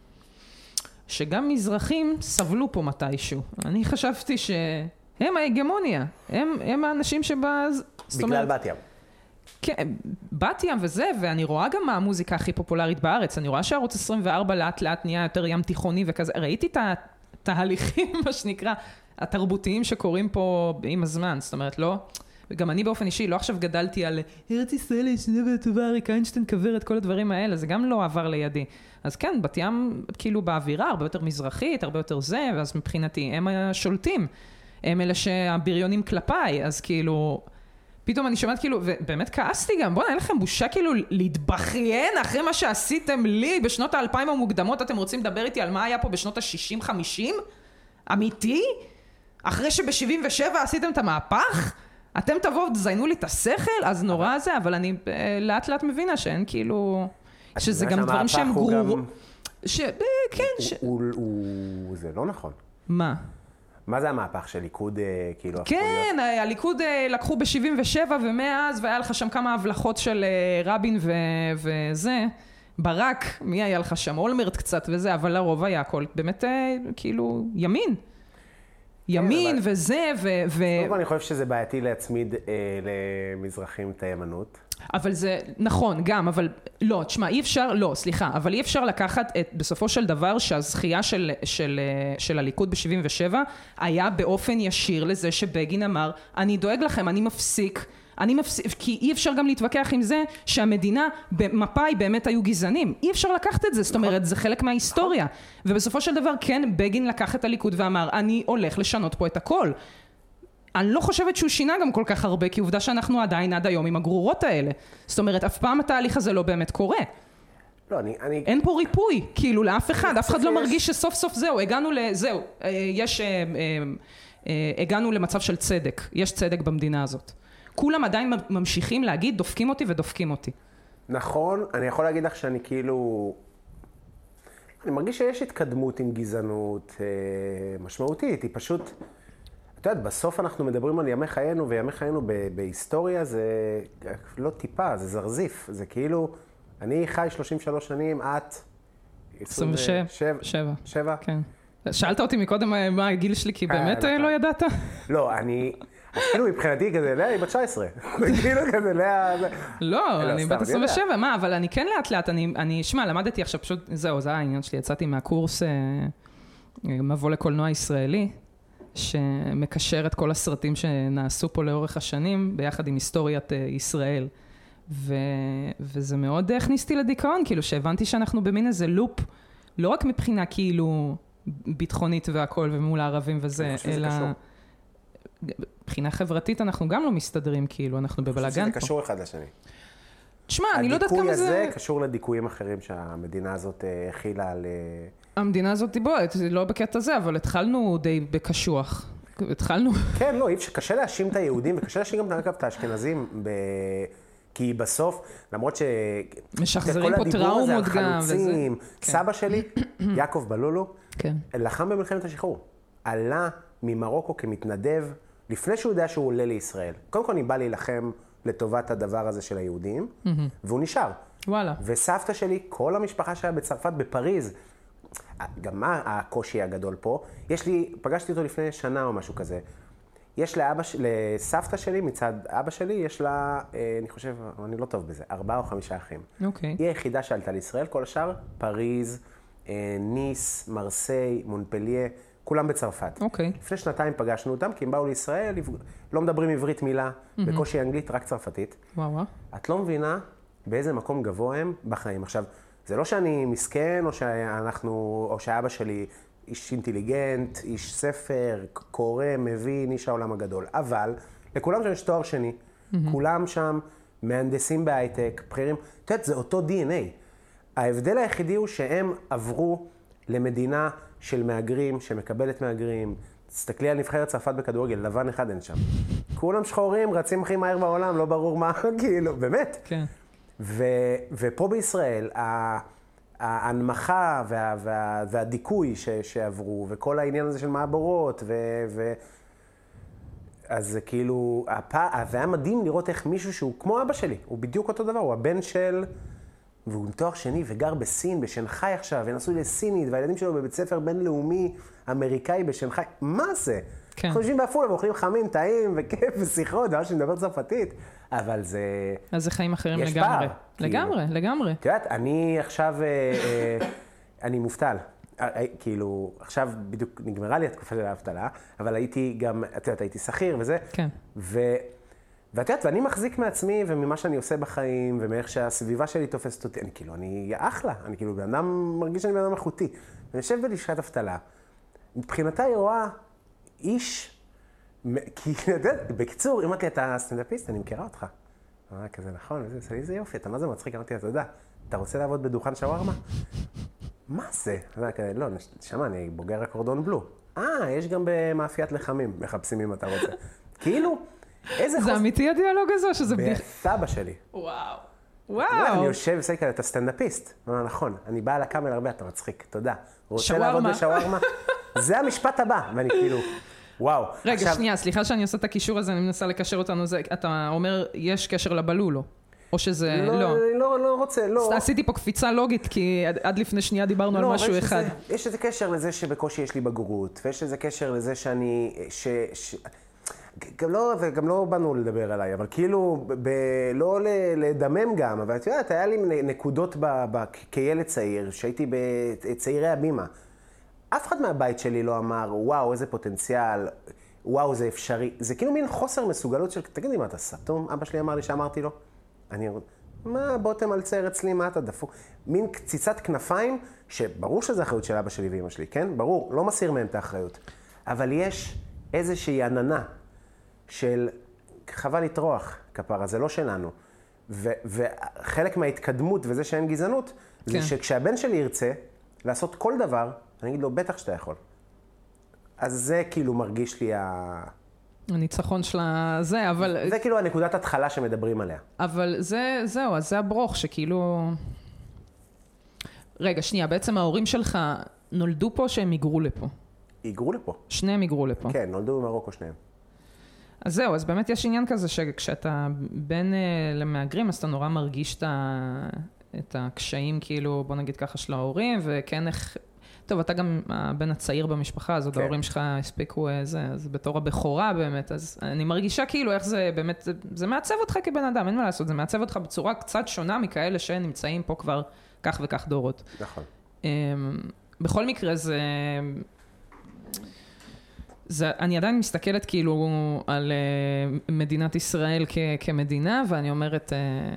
שגם מזרחים סבלו פה מתישהו. אני חשבתי שהם ההגמוניה, הם האנשים שבה... בגלל בת ים. כן, בת ים וזה, ואני רואה גם מה המוזיקה הכי פופולרית בארץ. אני רואה שערוץ 24 לאט לאט נהיה יותר ים תיכוני וכזה. ראיתי את התהליכים, מה שנקרא, התרבותיים שקורים פה עם הזמן. זאת אומרת, לא... וגם אני באופן אישי, לא עכשיו גדלתי על ארץ ישראל, ישנה והטובה, אריק איינשטיין קבר את כל הדברים האלה, זה גם לא עבר לידי. אז כן, בת ים כאילו באווירה, הרבה יותר מזרחית, הרבה יותר זה, ואז מבחינתי הם השולטים, הם אלה שהבריונים כלפיי, אז כאילו, פתאום אני שומעת כאילו, ובאמת כעסתי גם, בואו, אין לכם בושה כאילו להתבכיין אחרי מה שעשיתם לי בשנות ה-2000 המוקדמות, אתם רוצים לדבר איתי על מה היה פה בשנות ה-60-50? אמיתי? אחרי שב-77 עשיתם את המהפך? אתם תבואו ותזיינו לי את השכל, אז נורא זה, אבל אני לאט לאט מבינה שאין כאילו... שזה גם דברים שהם גרור... כן, זה לא נכון. מה? מה זה המהפך של ליכוד כאילו... כן, הליכוד לקחו ב-77 ומאז, והיה לך שם כמה הבלחות של רבין וזה, ברק, מי היה לך שם? אולמרט קצת וזה, אבל לרוב היה הכל באמת כאילו ימין. ימין וזה אני חושב שזה בעייתי להצמיד למזרחים את הימנות. אבל זה נכון גם, אבל לא, תשמע, אי אפשר, לא, סליחה, אבל אי אפשר לקחת בסופו של דבר שהזכייה של הליכוד ב-77 היה באופן ישיר לזה שבגין אמר, אני דואג לכם, אני מפסיק, כי אי אפשר גם להתווכח עם זה שהמדינה במפאי באמת היו גזענים. אי אפשר לקחת את זה, זאת אומרת, זה חלק מההיסטוריה. ובסופו של דבר, כן, בגין לקח את הליכוד ואמר, אני הולך לשנות פה את הכל. אני לא חושבת שהוא שינה גם כל כך הרבה, כי עובדה שאנחנו עדיין עד היום עם הגרורות האלה. זאת אומרת, אף פעם התהליך הזה לא באמת קורה. לא, אין פה ריפוי, כאילו, לאף אחד. אף אחד לא מרגיש שסוף סוף זהו, הגענו למצב של צדק. יש צדק במדינה הזאת. כולם עדיין ממשיכים להגיד, דופקים אותי ודופקים אותי. נכון, אני יכול להגיד לך שאני כאילו... אני מרגיש שיש התקדמות עם גזענות משמעותית, היא פשוט... את יודעת, בסוף אנחנו מדברים על ימי חיינו, וימי חיינו בהיסטוריה זה לא טיפה, זה זרזיף. זה כאילו, אני חי 33 שנים, את... 27. כן. שאלת אותי מקודם מה הגיל שלי, כי באמת לא ידעת? לא, כאילו מבחינתי כזה, היא בת 19. כאילו כזה, לא, אני בת 27, מה, אבל אני כן לאט לאט, אני, שמע, למדתי עכשיו פשוט, זהו, זה העניין שלי, יצאתי מהקורס מבוא לקולנוע ישראלי, שמקשר את כל הסרטים שנעשו פה לאורך השנים, ביחד עם היסטוריית ישראל. וזה מאוד הכניסתי לדיכאון, כאילו שהבנתי שאנחנו במין איזה לופ, לא רק מבחינה כאילו ביטחונית והכל ומול הערבים וזה, אלא... מבחינה חברתית אנחנו גם לא מסתדרים, כאילו, אנחנו בבלגן פה. זה קשור אחד לשני. תשמע, אני לא יודעת כמה זה... הדיכוי הזה קשור לדיכויים אחרים שהמדינה הזאת הכילה על... המדינה הזאת דיברת, לא בקטע הזה, אבל התחלנו די בקשוח. התחלנו... כן, לא, קשה להאשים את היהודים, וקשה להאשים גם את האשכנזים, כי בסוף, למרות ש... משחזרים פה טראומות גם, וזה... סבא שלי, יעקב בלולו, לחם במלחמת השחרור. עלה ממרוקו כמתנדב, לפני שהוא יודע שהוא עולה לישראל. קודם כל, אני בא להילחם לטובת הדבר הזה של היהודים, והוא נשאר. וואלה. וסבתא שלי, כל המשפחה שהיה בצרפת, בפריז, גם מה הקושי הגדול פה? פגשתי אותו לפני שנה או משהו כזה. יש לסבתא שלי, מצד אבא שלי, יש לה, אני חושב, אני לא טוב בזה, 4 או 5 אחים. אוקיי. היא היחידה שעלתה לישראל, כל השאר, פריז, ניס, מרסיי, מונפליה, כולם בצרפת. אוקיי. לפני 2 פגשנו אותם, כי הם באו לישראל, לא מדברים עברית מילה, בקושי אנגלית, רק צרפתית. וואו. את לא מבינה באיזה מקום גבוה הם בחיים. עכשיו, זה לא שאני מסכן, או שאבא שלי איש אינטליגנט, איש ספר, קורא, מבין, איש העולם הגדול. אבל לכולם שם יש תואר שני. כולם שם מהנדסים בהייטק, בכירים. את יודעת, זה אותו DNA. ההבדל היחידי הוא שהם עברו למדינה של מהגרים, שמקבלת מהגרים. תסתכלי על נבחרת צרפת בכדורגל, לבן אחד אין שם. כולם שחורים, רצים הכי מהר בעולם, לא ברור מה, כאילו, באמת. כן. ופה בישראל, ההנמכה והדיכוי שעברו, וכל העניין הזה של מעבורות, אז זה כאילו, והיה מדהים לראות איך מישהו שהוא כמו אבא שלי, הוא בדיוק אותו דבר, הוא הבן של, והוא תואר שני וגר בסין, בשנגחאי עכשיו, ונשוי לסינית, והילדים שלו בבית ספר בינלאומי אמריקאי בשנגחאי, מה זה? כן. אנחנו יושבים באפולה ואוכלים חמים, טעים וכיף ושיחות, דבר שמדבר צרפתית, אבל זה... אז זה חיים אחרים יש לגמרי. פער. לגמרי. את יודעת, אני עכשיו, אני מובטל. כאילו, עכשיו בדיוק נגמרה לי התקופה של האבטלה, אבל הייתי גם, את יודעת, הייתי שכיר וזה. כן. ואת יודעת, ואני מחזיק מעצמי וממה שאני עושה בחיים, ומאיך שהסביבה שלי תופסת אותי, אני אחלה, אני כאילו בן אדם, מרגיש שאני בן אדם איכותי. אני יושב בלשכת אבטלה. מבחינתה היא רואה איש, כי, את יודעת, בקיצור, אמרתי, אתה סטנדאפיסט, אני מכירה אותך. כזה נכון, איזה יופי, אתה מה זה מצחיק? אמרתי, אתה יודע, אתה רוצה לעבוד בדוכן שווארמה? מה זה? לא, נשמע, אני בוגר אקורדון בלו. יש גם במאפיית לחמים, מחפשים אם אתה רוצה. כאילו, איזה זה אמיתי הדיאלוג הזה, שזה בדיוק... בסבא שלי. וואו. אני יושב וסייק על, אתה סטנדאפיסט. נכון, אני בא לקאמל הרבה, אתה מצחיק, תודה. רוצה לעבוד בשווארמה? זה המשפט הבא, ואני כאילו... וואו. רגע, שנייה, סליחה שאני עושה את הקישור הזה, אני מנסה לקשר אותנו, אתה אומר, יש קשר לבלולו, או שזה לא? לא רוצה, לא. עשיתי פה קפיצה לוגית, כי עד לפני שנייה דיברנו על משהו אחד. יש איזה קשר לזה שבקושי יש לי בגרות, ויש איזה קשר לזה שאני, גם לא באנו לדבר עליי, אבל כאילו, לא לדמם גם, אבל את יודעת, היה לי נקודות כילד צעיר, שהייתי בצעירי הבימה. אף אחד מהבית שלי לא אמר, וואו, איזה פוטנציאל, וואו, זה אפשרי. זה כאילו מין חוסר מסוגלות של, תגידי, מה, אתה סתום? אבא שלי אמר לי שאמרתי לו. מה, בוא תמלצר אצלי, מה אתה דפוק? מין קציצת כנפיים, שברור שזה אחריות של אבא שלי ואמא שלי, כן? ברור, לא מסיר מהם את האחריות. אבל יש איזושהי עננה של חבל לטרוח, כפרה, זה לא שלנו. וחלק מההתקדמות וזה שאין גזענות, זה שכשהבן שלי ירצה לעשות כל דבר, אני אגיד לו, בטח שאתה יכול. אז זה כאילו מרגיש לי הניצחון של זה, אבל... זה כאילו הנקודת התחלה שמדברים עליה. אבל זהו, אז זה הברוך שכאילו... רגע, שנייה, בעצם ההורים שלך נולדו פה שהם היגרו לפה? היגרו לפה. שניהם היגרו לפה? כן, נולדו במרוקו שניהם. אז זהו, אז באמת יש עניין כזה שכשאתה בין למהגרים, אז אתה נורא מרגיש את הקשיים, כאילו, בוא נגיד ככה, של ההורים, וכן איך... טוב, אתה גם הבן הצעיר במשפחה, אז עוד ההורים שלך הספיקו זה, אז בתור הבכורה באמת, אז אני מרגישה כאילו איך זה באמת, זה מעצב אותך כבן אדם, אין מה לעשות, זה מעצב אותך בצורה קצת שונה מכאלה שנמצאים פה כבר כך וכך דורות. נכון. בכל מקרה אני עדיין מסתכלת כאילו על מדינת ישראל כמדינה, ואני אומרת,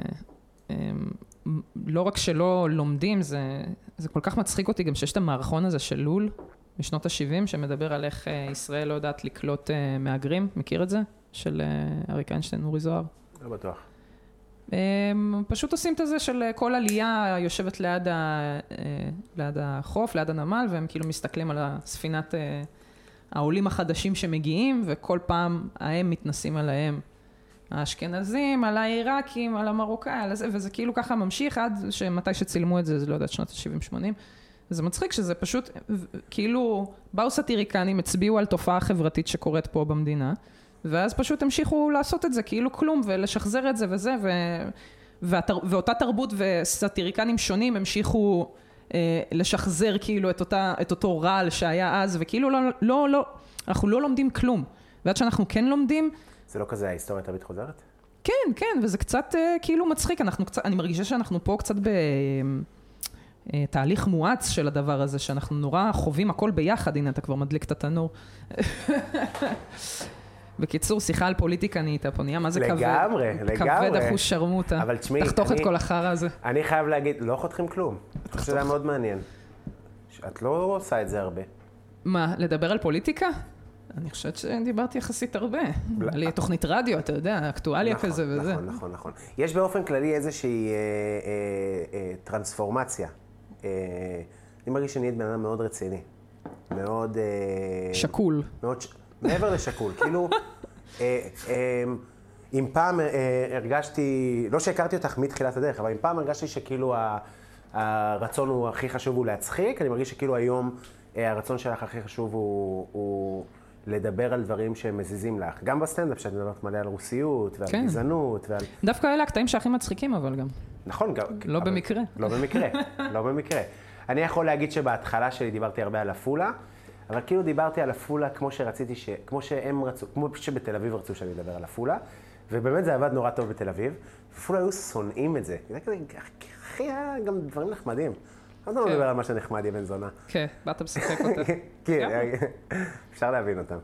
לא רק שלא לומדים, זה כל כך מצחיק אותי גם שיש את המערכון הזה של לול, בשנות ה-70, שמדבר על איך ישראל לא יודעת לקלוט מהגרים, מכיר את זה? של אריק איינשטיין, אורי זוהר. לא בטוח. פשוט עושים את זה של כל עלייה יושבת ליד החוף, ליד הנמל, והם כאילו מסתכלים על הספינת העולים החדשים שמגיעים, וכל פעם הם מתנסים עליהם. האשכנזים, על העיראקים, על המרוקאי, על זה, וזה כאילו ככה ממשיך עד שמתי שצילמו את זה, זה לא יודעת, שנות ה-70-80. זה מצחיק שזה פשוט, כאילו, באו סטיריקנים, הצביעו על תופעה חברתית שקורית פה במדינה, ואז פשוט המשיכו לעשות את זה כאילו כלום, ולשחזר את זה וזה, ואותה תרבות וסטיריקנים שונים המשיכו לשחזר כאילו את אותו רעל שהיה אז, וכאילו אנחנו לא לומדים כלום. ועד שאנחנו כן לומדים... זה לא כזה ההיסטוריה תמיד חוזרת? כן, כן, וזה קצת כאילו מצחיק. אני מרגישה שאנחנו פה קצת בתהליך מואץ של הדבר הזה, שאנחנו נורא חווים הכל ביחד. הנה, אתה כבר מדליק את התנור. בקיצור, שיחה על פוליטיקה נהייתה פה, נהיה מה זה כבד? לגמרי. כבד אחוש שרמוטה. אבל תשמעי, תחתוך את כל החרא הזה. אני חייב להגיד, לא חותכים כלום. זה היה מאוד מעניין. את לא עושה את זה הרבה. מה, לדבר על פוליטיקה? אני חושבת שדיברתי יחסית הרבה. לי תוכנית רדיו, אתה יודע, אקטואליה כזה וזה. נכון. יש באופן כללי איזושהי טרנספורמציה. אני מרגיש שנהיית בן אדם מאוד רציני. מאוד... שקול. מעבר לשקול, כאילו, אם פעם הרגשתי, לא שהכרתי אותך מתחילת הדרך, אבל אם פעם הרגשתי שכאילו הרצון הוא הכי חשוב הוא להצחיק, אני מרגיש שכאילו היום הרצון שלך הכי חשוב הוא לדבר על דברים שמזיזים לך. גם בסטנדאפ שאת מדברת מלא על רוסיות ועל גזענות ועל... דווקא אלה הקטעים שהכי מצחיקים, אבל גם. נכון, גם. לא במקרה. לא במקרה. אני יכול להגיד שבהתחלה שלי דיברתי הרבה על אפולה, אבל כאילו דיברתי על אפולה כמו שרציתי, כמו שהם רצו, כמו שבתל אביב רצו שאני אדבר על אפולה, ובאמת זה עבד נורא טוב בתל אביב, ואפולה היו שונאים את זה. זה כזה, אחי, היה גם דברים נחמדים. אז אני לא מדבר על מה שנחמד, יא בן זונה. כן, באת משחק אותה. כן, אפשר להבין אותם.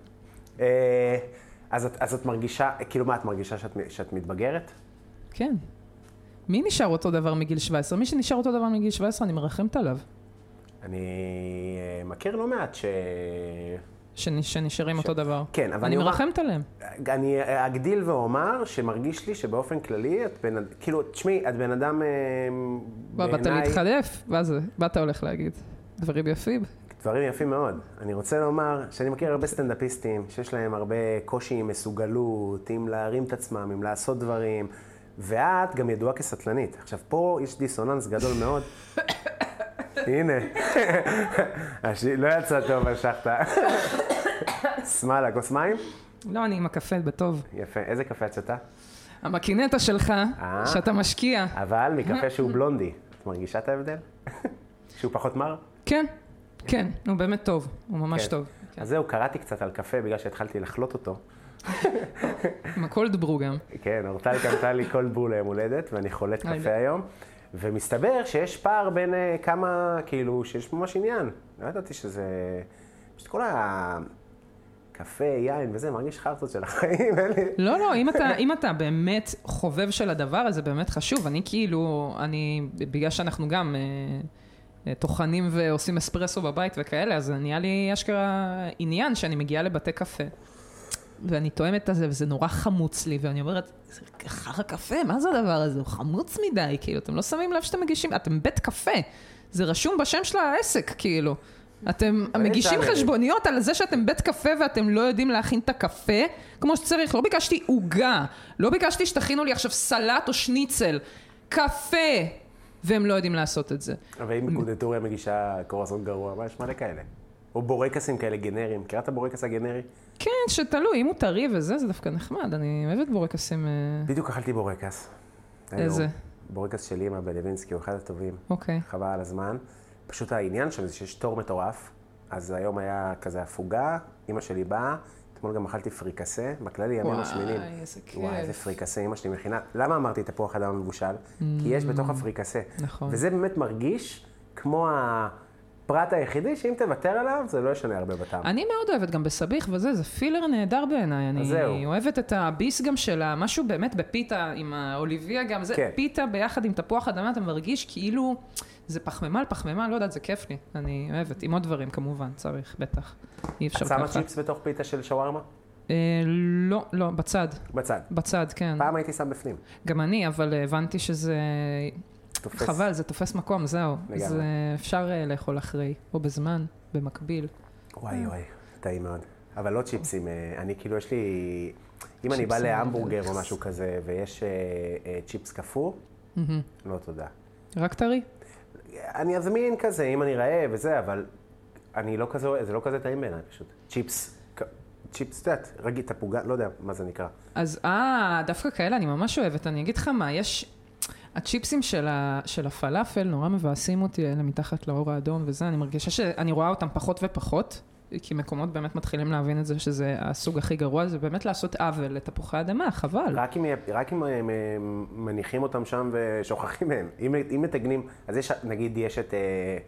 אז את מרגישה, כאילו מה את מרגישה שאת מתבגרת? כן. מי נשאר אותו דבר מגיל 17? מי שנשאר אותו דבר מגיל 17, אני מרחמת עליו. אני מכיר לא מעט שנשארים אותו דבר. כן, אבל אני מרחמת עליהם. אני אגדיל ואומר שמרגיש לי שבאופן כללי, כאילו, תשמעי, את בן אדם בעיניי... באת להתחלף? מה אתה הולך להגיד? דברים יפים? דברים יפים מאוד. אני רוצה לומר שאני מכיר הרבה סטנדאפיסטים שיש להם הרבה קושי עם מסוגלות, עם להרים את עצמם, עם לעשות דברים, ואת גם ידועה כסטלנית. עכשיו, פה יש דיסוננס גדול מאוד. הנה, לא יצא טוב, משכת. שמאלה, כוס מים? לא, אני עם הקפה בטוב. יפה, איזה קפה יצאת? המקינטה שלך, שאתה משקיע. אבל מקפה שהוא בלונדי. את מרגישה את ההבדל? שהוא פחות מר? כן, כן, הוא באמת טוב, הוא ממש טוב. אז זהו, קראתי קצת על קפה בגלל שהתחלתי לחלוט אותו. עם הקולד ברו גם. כן, אורטל קנתה לי קולד ברו ליום הולדת, ואני חולט קפה היום. ומסתבר שיש פער בין כמה, כאילו, שיש ממש עניין. לא ידעתי שזה... פשוט כל הקפה, יין וזה, מרגיש חרצות של החיים. לא, אם אתה באמת חובב של הדבר הזה, באמת חשוב. אני כאילו, בגלל שאנחנו גם טוחנים ועושים אספרסו בבית וכאלה, אז נהיה לי אשכרה עניין שאני מגיעה לבתי קפה. ואני טועמת את זה, וזה נורא חמוץ לי, ואני אומרת, זה חר הקפה, מה זה הדבר הזה? הוא חמוץ מדי, כאילו, אתם לא שמים לב שאתם מגישים, אתם בית קפה, זה רשום בשם של העסק, כאילו. אתם מגישים חשבוניות על זה שאתם בית קפה, ואתם לא יודעים להכין את הקפה, כמו שצריך. לא ביקשתי עוגה, לא ביקשתי שתכינו לי עכשיו סלט או שניצל, קפה, והם לא יודעים לעשות את זה. אבל אם קונדיטוריה מגישה קורסון גרוע, מה יש מלא כאלה? או בורקסים כאלה גנריים. קראת הבורקס הגנרי? כן, שתלוי, אם הוא טרי וזה, זה דווקא נחמד. אני אוהבת בורקסים... בדיוק אכלתי בורקס. איזה? בורקס של אמא בלווינסקי, הוא אחד הטובים. אוקיי. חבל על הזמן. פשוט העניין שם זה שיש תור מטורף. אז היום היה כזה הפוגה, אמא שלי באה, אתמול גם אכלתי פריקסה, בכללי ימים משמינים. וואי, איזה כיף. וואי, איזה פריקסה, אמא שלי מכינה. למה אמרתי תפוח אדם מבושל? כי יש בתוך הפריקסה. נכון. וזה באמת מרגיש כמו הפרט היחידי, שאם תוותר עליו, זה לא ישנה הרבה בטעם. אני מאוד אוהבת גם בסביח וזה, זה פילר נהדר בעיניי. אני אוהבת את הביס גם שלה, משהו באמת בפיתה עם האוליביה גם, זה פיתה ביחד עם תפוח אדמה, אתה מרגיש כאילו זה פחמימה על פחמימה, לא יודעת, זה כיף לי. אני אוהבת, עם עוד דברים כמובן, צריך, בטח. אי אפשר ככה. את שמה צ'יפס בתוך פיתה של שווארמה? לא, לא, בצד. בצד. בצד, כן. פעם הייתי שם בפנים. גם אני, אבל הבנתי שזה... תופס. חבל, זה תופס מקום, זהו. לגמרי. זה אפשר לאכול אחרי, או בזמן, במקביל. וואי, וואי, טעים מאוד. אבל לא צ'יפסים, אני כאילו יש לי... אם אני בא להמבורגר או משהו כזה, ויש צ'יפס קפוא, לא תודה. רק טרי? אני אזמין כזה, אם אני רעב וזה, אבל אני לא כזה, זה לא כזה טעים בעיניי פשוט. צ'יפס, אתה יודעת, רגיל, תפוגה, לא יודע מה זה נקרא. אז, דווקא כאלה, אני ממש אוהבת. אני אגיד לך מה, יש... הצ'יפסים של הפלאפל נורא מבאסים אותי, אלה מתחת לאור האדום וזה, אני מרגישה שאני רואה אותם פחות ופחות, כי מקומות באמת מתחילים להבין את זה שזה הסוג הכי גרוע, זה באמת לעשות עוול לתפוחי אדמה, חבל. רק אם מניחים אותם שם ושוכחים מהם. אם מתגנים, אז יש, נגיד, יש את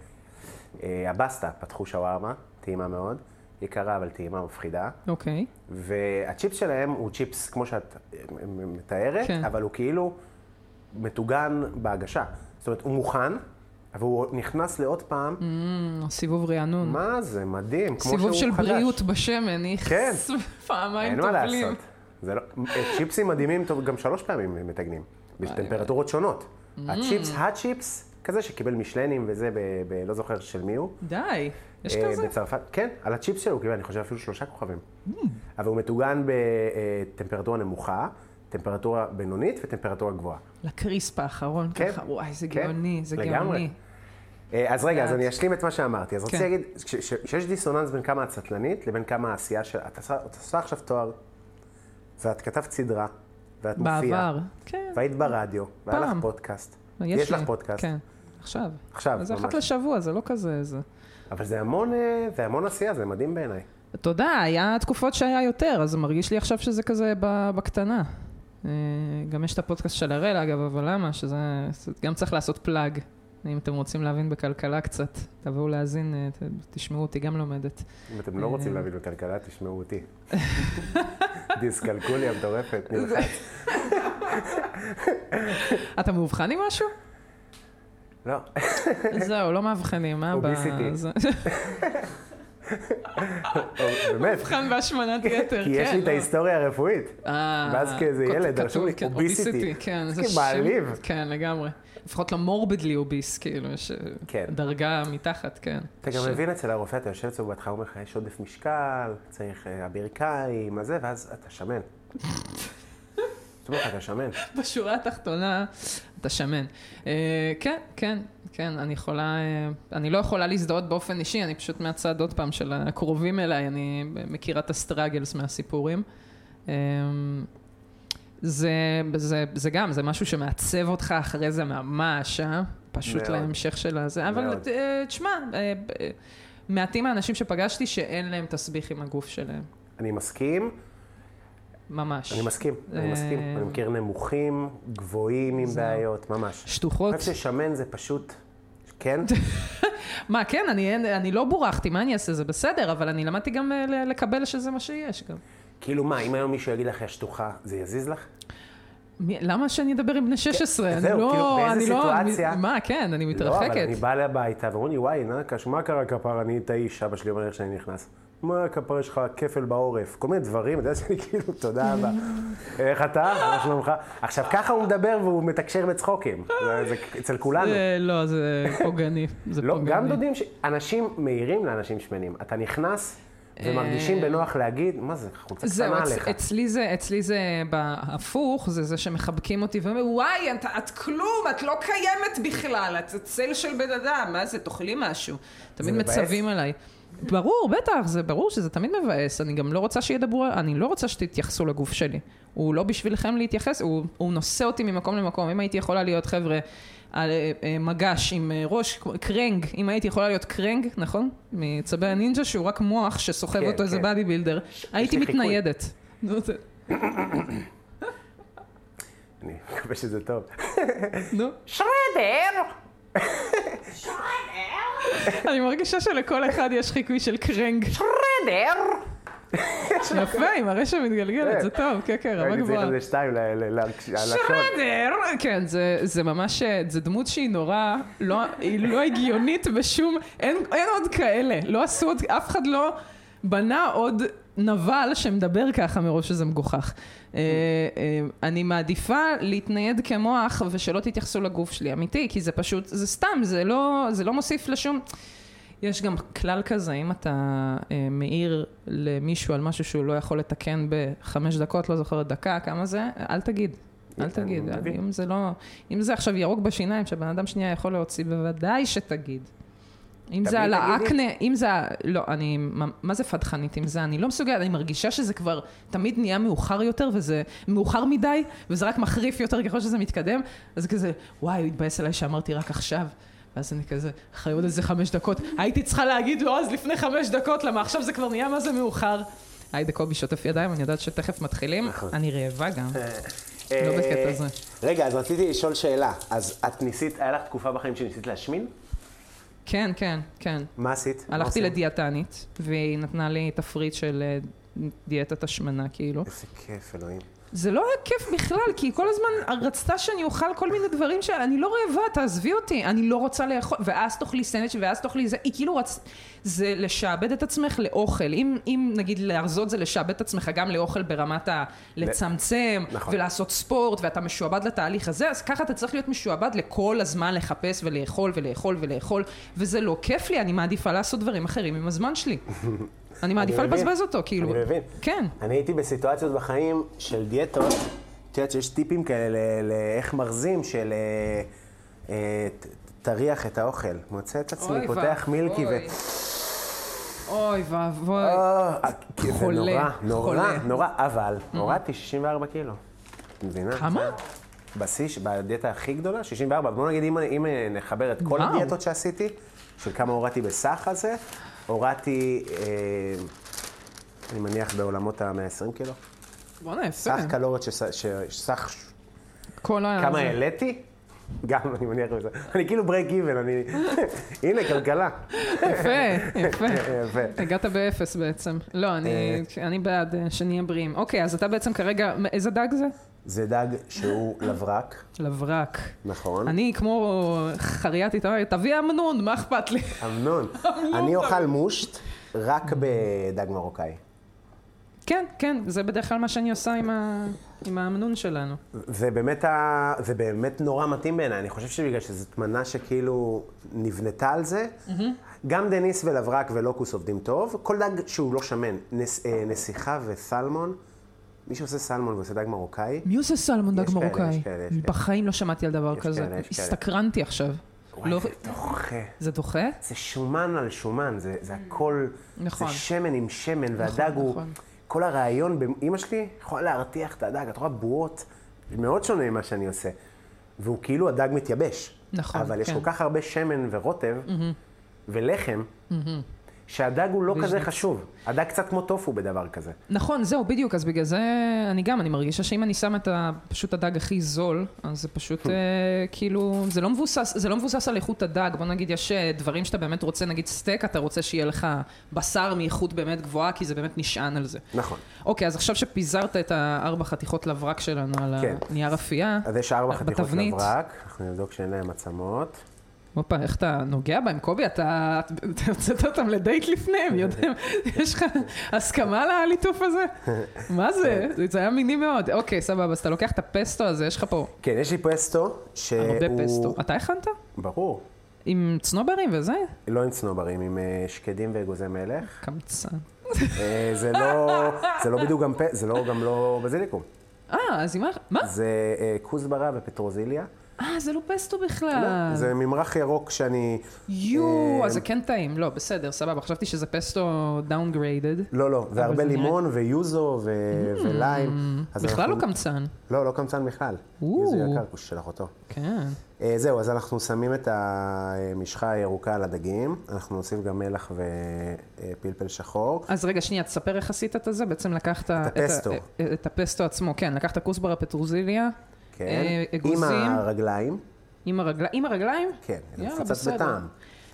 הבסטה, פתחו שווארמה, טעימה מאוד, יקרה, אבל טעימה מפחידה. אוקיי. והצ'יפס שלהם הוא צ'יפס, כמו שאת מתארת, כן. אבל הוא כאילו מטוגן בהגשה. זאת אומרת, הוא מוכן, אבל הוא נכנס לעוד פעם. סיבוב רענון. מה זה? מדהים, כמו שהוא חדש. סיבוב של בריאות בשמן, כן. פעמיים טובלים. אין מה לעשות. זה לא, צ'יפסים מדהימים, גם 3 פעמים מתגנים, בטמפרטורות שונות. הצ'יפס, כזה שקיבל משלנים וזה, לא זוכר של מי הוא. די, יש כזה? בצרפת, כן, על הצ'יפס שלו הוא קיבל, אני חושב אפילו 3 כוכבים. אבל הוא מטוגן בטמפרטורה נמוכה, טמפרטורה בינונית וטמפרטורה גבוהה. לקריספ האחרון, כן, ככה, וואי, זה כן, גאוני, זה לגמרי. גאוני. אז רגע, אז אני אשלים את מה שאמרתי. אז רציתי כן. להגיד שיש דיסוננס בין כמה הצטלנית לבין כמה העשייה של... את עושה עכשיו תואר, ואת כתבת סדרה, ואת מופיעה. בעבר, כן. והיית ברדיו, והיה לך פודקאסט. יש לך פודקאסט. כן, עכשיו. עכשיו, זה ממש. אחת לשבוע, זה לא כזה, זה... אבל זה המון עשייה, זה מדהים בעיניי. תודה, היה תקופות שהיה יותר, אז מרגיש לי עכשיו שזה כזה בקטנה. גם יש את הפודקאסט של הראל, אגב, אבל למה? שזה גם צריך לעשות פלאג. אם אתם רוצים להבין בכלכלה קצת, תבואו להאזין, תשמעו אותי, גם לומדת. אם אתם לא רוצים להבין בכלכלה, תשמעו אותי. דיסקלקוליה מטורפת, נלחץ. אתה מאובחן עם משהו? לא. זהו, לא מאבחנים, מה הבא? אוביסיטי. באמת. מאובחן בהשמנת יתר, כן. כי יש לי את ההיסטוריה הרפואית. ואז כאיזה ילד, רשום לי אוביסיטי. כן, זה מעליב. כן, לגמרי. לפחות למורבידלי אוביס, כאילו, יש דרגה מתחת, כן. אתה גם מבין אצל הרופא, אתה יושב אצלו בהתחלה, הוא אומר לך, יש עודף משקל, צריך הברכיים, הזה, ואז אתה שמן. אתה שמן. בשורה התחתונה, אתה שמן. כן, כן, כן, אני לא יכולה להזדהות באופן אישי, אני פשוט מהצד עוד פעם של הקרובים אליי, אני מכירה את הסטרגלס מהסיפורים. זה גם, זה משהו שמעצב אותך אחרי זה ממש, פשוט להמשך של הזה. אבל תשמע, מעטים האנשים שפגשתי שאין להם תסביך עם הגוף שלהם. אני מסכים. ממש. אני מסכים. אני מכיר נמוכים, גבוהים עם בעיות, ממש. שטוחות. אני חושב ששמן זה פשוט, כן? מה, כן, אני לא בורחתי, מה אני אעשה? זה בסדר, אבל אני למדתי גם לקבל שזה מה שיש גם. כאילו מה, אם היום מישהו יגיד לך יש שטוחה, זה יזיז לך? למה שאני אדבר עם בני 16? זהו, כאילו באיזה סיטואציה? מה, כן, אני מתרחקת. לא, אבל אני בא לביתה ואומרים לי, וואי, נקש, מה קרה כפר? אני את האיש, אבא שלי אומר איך שאני נכנס. מה כפר, יש לך כפל בעורף? כל מיני דברים, אתה יודע שאני כאילו, תודה רבה. איך אתה? מה שלומך? עכשיו, ככה הוא מדבר והוא מתקשר בצחוקים. זה אצל כולנו. לא, זה פוגעני. גם דודים שאנשים מהירים לאנשים שמנים. אתה נכנס ומרגישים בנוח להגיד, מה זה, חולצה קטנה עליך. אצלי זה בהפוך, זה שמחבקים אותי ואומרים, וואי, את כלום, את לא קיימת בכלל, את צל של בן אדם, מה זה, תאכלי משהו. תמיד מצווים עליי. ברור, בטח, זה ברור שזה תמיד מבאס, אני גם לא רוצה שידברו, אני לא רוצה שתתייחסו לגוף שלי. הוא לא בשבילכם להתייחס, הוא נושא אותי ממקום למקום. אם הייתי יכולה להיות חבר'ה על מגש עם ראש, קרנג, אם הייתי יכולה להיות קרנג, נכון? מצבי הנינג'ה, שהוא רק מוח שסוחב אותו איזה בדי בילדר, הייתי מתניידת. אני מקווה שזה טוב. נו. שרדר! אני מרגישה שלכל אחד יש חיקוי של קרנג. שרדר! יפה, עם הרשע מתגלגלת, זה טוב, כן, כן, רמה גבוהה. אני צריך איזה 2 שרדר! כן, זה ממש, זה דמות שהיא נורא, היא לא הגיונית בשום, אין עוד כאלה, לא עשו עוד, אף אחד לא בנה עוד נבל שמדבר ככה מראש שזה מגוחך. אני מעדיפה להתנייד כמוח ושלא תתייחסו לגוף שלי, אמיתי, כי זה פשוט, זה סתם, זה לא מוסיף לשום... יש גם כלל כזה, אם אתה מעיר למישהו על משהו שהוא לא יכול לתקן ב5 דקות, לא זוכרת דקה, כמה זה, אל תגיד. אל תגיד. אם זה עכשיו ירוק בשיניים, שבן אדם שנייה יכול להוציא, בוודאי שתגיד. אם זה על האקנה, אם זה, לא, מה זה פדחנית? אם זה, אני לא מסוגלת, אני מרגישה שזה כבר תמיד נהיה מאוחר יותר, וזה מאוחר מדי, וזה רק מחריף יותר ככל שזה מתקדם, אז כזה, וואי, הוא התבאס עליי שאמרתי רק עכשיו, ואז אני כזה, אחרי עוד איזה 5 דקות, הייתי צריכה להגיד לו אז לפני 5 דקות, למה עכשיו זה כבר נהיה מה זה מאוחר. היידה קובי שוטף ידיים, אני יודעת שתכף מתחילים, אני רעבה גם, לא בקטע הזה. רגע, אז רציתי לשאול שאלה, אז את ניסית, היה לך תקופה בחיים שניסית להשמין? כן, כן, כן. מה עשית? הלכתי לדיאטנית, והיא נתנה לי תפריט של דיאטת השמנה, כאילו. איזה כיף, אלוהים. זה לא היה כיף בכלל, כי היא כל הזמן רצתה שאני אוכל כל מיני דברים שאני לא רעבה, תעזבי אותי, אני לא רוצה לאכול, ואז תאכלי סנדוויץ' ואז תאכלי זה, היא כאילו זה לשעבד את עצמך לאוכל, אם נגיד להרזות זה לשעבד את עצמך גם לאוכל ברמת לצמצם, ולעשות ספורט, ואתה משועבד לתהליך הזה, אז ככה אתה צריך להיות משועבד לכל הזמן לחפש ולאכול ולאכול ולאכול, וזה לא כיף לי, אני מעדיפה לעשות דברים אחרים עם הזמן שלי. אני מעדיפה לבזבז אותו, כאילו. אני מבין. כן. אני הייתי בסיטואציות בחיים של דיאטות, את יודעת שיש טיפים כאלה לאיך מרזים של תריח את האוכל. מוצא את עצמי, פותח מילקי ו... אוי ואבוי. חולה. נורא, אבל הורדתי 64 קילו. מבינה? כמה? בדיאטה הכי גדולה, 64. בוא נגיד, אם נחבר את כל הדיאטות שעשיתי, של כמה הורדתי בסך הזה, הורדתי, אני מניח בעולמות ה-120 קילו. בוא'נה, יפה. סך קלוריות סך... כמה העליתי? גם, אני מניח בזה. אני כאילו ברייק איבן, אני... הנה, כלכלה. יפה. הגעת באפס בעצם. לא, אני בעד שנהיה בריאים. אוקיי, אז אתה בעצם כרגע, איזה דג זה? זה דג שהוא לברק. לברק. נכון. אני כמו חריאתית, תביא אמנון, מה אכפת לי? אמנון. אני אוכל מושט רק בדג מרוקאי. כן, כן, זה בדרך כלל מה שאני עושה עם האמנון שלנו. זה באמת נורא מתאים בעיניי. אני חושב שבגלל שזאת מנה שכאילו נבנתה על זה, גם דניס ולברק ולוקוס עובדים טוב. כל דג שהוא לא שמן, נסיכה וסלמון, מי שעושה סלמון ועושה דג מרוקאי... מי עושה סלמון דג מרוקאי? יש כאלה. בחיים לא שמעתי על דבר כזה. הסתקרנתי עכשיו. וואי, זה דוחה. זה דוחה? זה שומן על שומן, זה הכל... נכון. זה שמן עם שמן, והדג הוא... כל הרעיון, אמא שלי יכולה להרתיח את הדג, את רואה בועות, מאוד שונה ממה שאני עושה. והוא כאילו הדג מתייבש. נכון, אבל יש כל כך הרבה שמן ורוטב ולחם, שהדג הוא לא כזה חשוב. הדג קצת כמו טופו בדבר כזה. נכון, זהו, בדיוק. אז בגלל זה אני מרגישה שאם אני שם את פשוט הדג הכי זול, אז זה פשוט כאילו, זה לא מבוסס על איכות הדג. בוא נגיד, יש דברים שאתה באמת רוצה, נגיד סטייק, אתה רוצה שיהיה לך בשר מאיכות באמת גבוהה, כי זה באמת נשען על זה. נכון. אוקיי, אז עכשיו שפיזרת את 4 חתיכות לברק שלנו על הנייר אפייה, אז יש 4 חתיכות לברק, אנחנו נבדוק שאין להם עצמות. הופה, איך אתה נוגע בהם? קובי, אתה הוצאת אותם לדייט לפניהם, יודעים? יש לך הסכמה לליטוף הזה? מה זה? זה היה מיני מאוד. אוקיי, סבבה, אז אתה לוקח את הפסטו הזה, יש לך פה... כן, יש לי פסטו שהוא... הרבה פסטו. אתה הכנת? ברור. עם צנוברים וזה? לא עם צנוברים, עם שקדים ואגוזי מלך. קמצן. זה לא בדיוק גם לא בזיליקום. אז מה? זה כוסברה ופטרוזיליה. זה לא פסטו בכלל. לא, זה ממרח ירוק שאני... אז זה כן טעים. לא, בסדר, סבבה. חשבתי שזה פסטו downgraded. לא, זה הרבה לימון ויוזו וליים. בכלל לא קמצן. לא קמצן בכלל. יוזו יקר, שלח אותו. כן. זהו, אז אנחנו שמים את המשחה הירוקה על הדגים. אנחנו נוסיף גם מלח ופלפל שחור. אז רגע, שנייה, תספר איך עשית את זה. בעצם לקחת... את הפסטו עצמו, כן. לקחת כוסברה פטרוזיליה. כן, עם הרגליים. עם הרגליים? כן, קצת בטעם.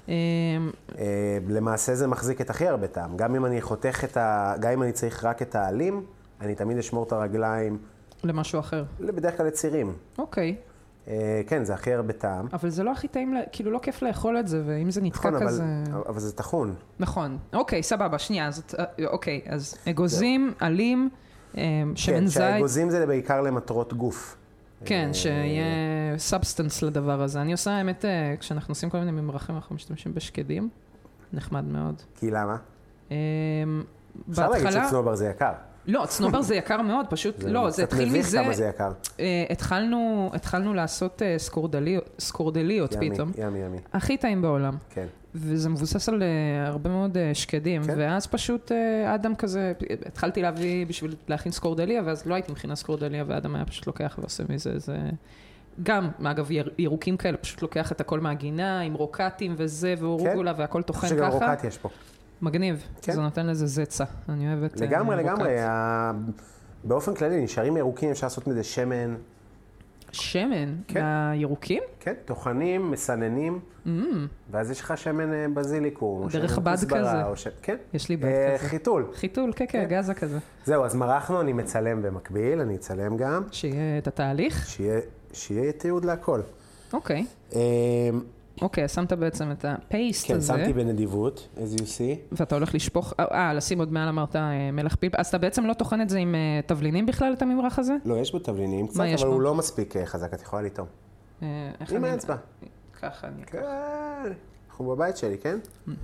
למעשה זה מחזיק את הכי הרבה טעם. גם אם אני חותך גם אם אני צריך רק את העלים, אני תמיד אשמור את הרגליים. למשהו אחר. בדרך כלל לצירים. אוקיי. כן, זה הכי הרבה טעם. אבל זה לא הכי טעים, כאילו לא כיף לאכול את זה, ואם זה נתקע כזה... אבל זה תחון. נכון. אוקיי, סבבה, שנייה. אוקיי, אז אגוזים, עלים, שמן זית. כן, שהאגוזים זה בעיקר למטרות גוף. כן, שיהיה סאבסטנס לדבר הזה. אני עושה, האמת, כשאנחנו עושים כל מיני ממרחים, אנחנו משתמשים בשקדים. נחמד מאוד. כי למה? בהתחלה... אפשר להגיד שצנובר זה יקר. לא, צנובר זה יקר מאוד, פשוט, לא, זה התחיל מזה... קצת מביך כמה זה יקר. התחלנו לעשות סקורדליות פתאום. ימי. הכי טעים בעולם. כן. וזה מבוסס על הרבה מאוד שקדים, ואז פשוט אדם כזה, התחלתי להביא בשביל להכין סקורדליה, ואז לא הייתי מכינה סקורדליה, ואדם היה פשוט לוקח ועושה מזה איזה... גם, אגב, ירוקים כאלה, פשוט לוקח את הכל מהגינה, עם רוקטים וזה, ואורוגולה, והכל טוחן ככה. שגם רוקט יש פה. מגניב, זה נותן לזה זצה, אני אוהבת רוקט. לגמרי, באופן כללי, נשארים ירוקים, אפשר לעשות מזה שמן. שמן? מהירוקים? כן, טוחנים, מסננים, ואז יש לך שמן בזיליקום. דרך בד כזה. כן. יש לי בד כזה. חיתול. כן, גזה כזה. זהו, אז מרחנו, אני מצלם במקביל, אני אצלם גם. שיהיה את התהליך? שיהיה תיעוד להכל. אוקיי. אוקיי, שמת בעצם את הפייסט הזה. כן, שמתי בנדיבות, as you see. ואתה הולך לשפוך, לשים עוד מעל אמרת מלח פלפל. אז אתה בעצם לא טוחן את זה עם תבלינים בכלל, את הממרח הזה? לא, יש בו תבלינים קצת, אבל הוא לא מספיק חזק, את יכולה לטעום. עם האצבע. ככה אני... כן, אנחנו בבית שלי, כן?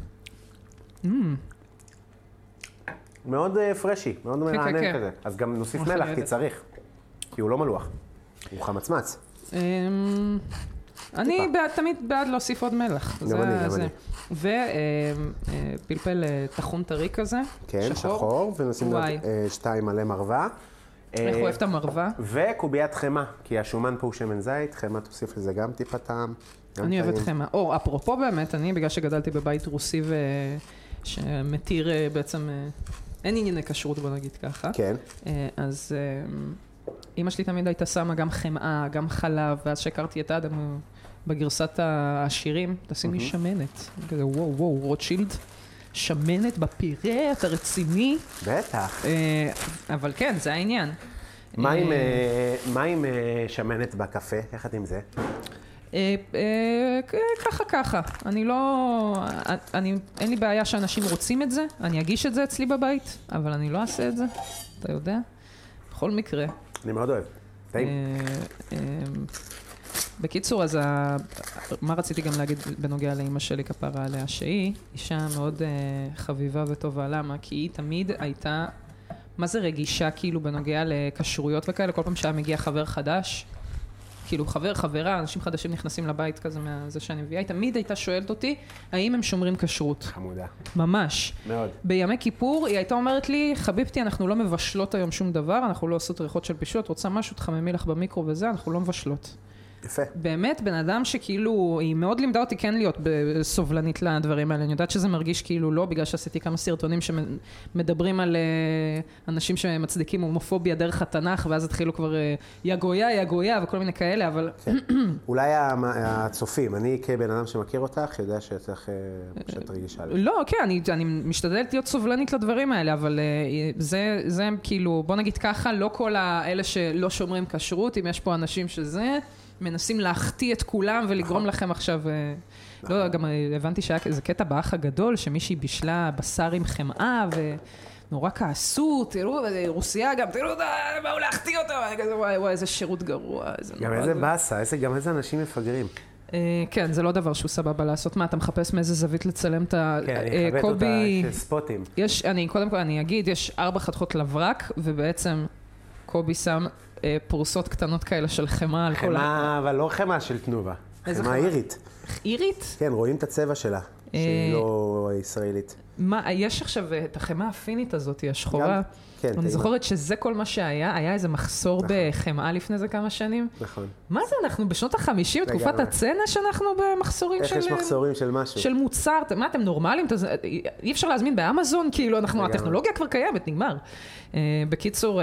מאוד פרשי, מאוד מרענן כזה. אז גם נוסיף מלח, כי צריך. כי הוא לא מלוח. הוא חמצמץ. אני תמיד בעד להוסיף עוד מלח. גם אני. ופלפל טחון טרי כזה. כן, שחור, ונשים לו 2 מלא מרווה. איך אוהב את המרווה? וקוביית חמה, כי השומן פה הוא שמן זית, חמה תוסיף לזה גם טיפה טעם. אני אוהבת חמה. אפרופו באמת, אני בגלל שגדלתי בבית רוסי שמתיר בעצם, אין ענייני כשרות בוא נגיד ככה. כן. אז אמא שלי תמיד הייתה שמה גם חמאה, גם חלב, ואז שהכרתי את האדם בגרסת העשירים, תשים לי שמנת. כזה וואו, רוטשילד. שמנת בפירה, אתה רציני? בטח. אבל כן, זה העניין. מה עם שמנת בקפה? איך את עם זה? ככה. אין לי בעיה שאנשים רוצים את זה, אני אגיש את זה אצלי בבית, אבל אני לא אעשה את זה, אתה יודע? בכל מקרה. אני מאוד אוהב. טעים. בקיצור, אז מה רציתי גם להגיד בנוגע לאמא שלי כפרה עליה, שהיא אישה מאוד חביבה וטובה. למה? כי היא תמיד הייתה, מה זה רגישה כאילו בנוגע לקשרויות וכאלה, כל פעם שהיה מגיע חבר חדש, כאילו חברה, אנשים חדשים נכנסים לבית כזה מהזה שאני מביאה, היא תמיד הייתה שואלת אותי, האם הם שומרים כשרות? חמודה. ממש. מאוד. בימי כיפור היא הייתה אומרת לי, חביבתי, אנחנו לא מבשלות היום שום דבר, אנחנו לא עושות ריחות של פישות, רוצה משהו, תחממי לך במיקרו וזה, אנחנו לא מבשלות. יפה. באמת, בן אדם שכאילו, היא מאוד לימדה אותי כן להיות סובלנית לדברים האלה. אני יודעת שזה מרגיש כאילו לא, בגלל שעשיתי כמה סרטונים שמדברים על אנשים שמצדיקים הומופוביה דרך התנ"ך, ואז התחילו כבר יגויה וכל מיני כאלה, אבל... אולי הצופים, אני כבן אדם שמכיר אותך, יודע שאת רגישה לי. לא, כן, אני משתדלת להיות סובלנית לדברים האלה, אבל זה כאילו, בוא נגיד ככה, לא כל האלה שלא שומרים כשרות, אם יש פה אנשים שזה... מנסים להחטיא את כולם ולגרום לכם עכשיו, לא, גם הבנתי שהיה איזה קטע באח הגדול, שמישהי בישלה בשר עם חמאה, ונורא כעסו, תראו, רוסיה גם, תראו, באו להחטיא אותו, כזה, וואי, איזה שירות גרוע, גם איזה בסה, גם איזה אנשים מפגרים. כן, זה לא דבר שהוא סבבה לעשות. מה, אתה מחפש מאיזה זווית לצלם את ה... כן, אני אחבט אותה ספוטים. קודם כל אני אגיד, יש 4 חתכות לברק, ובעצם קובי שם פרוסות קטנות כאלה של חמאה על כל... חמאה, אבל לא חמאה של תנובה. חמאה אירית. אירית? כן, רואים את הצבע שלה, שהיא לא ישראלית. מה, יש עכשיו את החמאה הפינית הזאת, השחורה. כן, אני זוכרת שזה כל מה שהיה, היה איזה מחסור בחמאה לפני זה כמה שנים. נכון. מה זה, אנחנו בשנות ה-50, תקופת הצנע שאנחנו במחסורים של... איך יש מחסורים של משהו? של מוצר, מה, אתם נורמליים? אי אפשר להזמין באמזון, כאילו, הטכנולוגיה כבר קיימת, נגמר. בקיצור...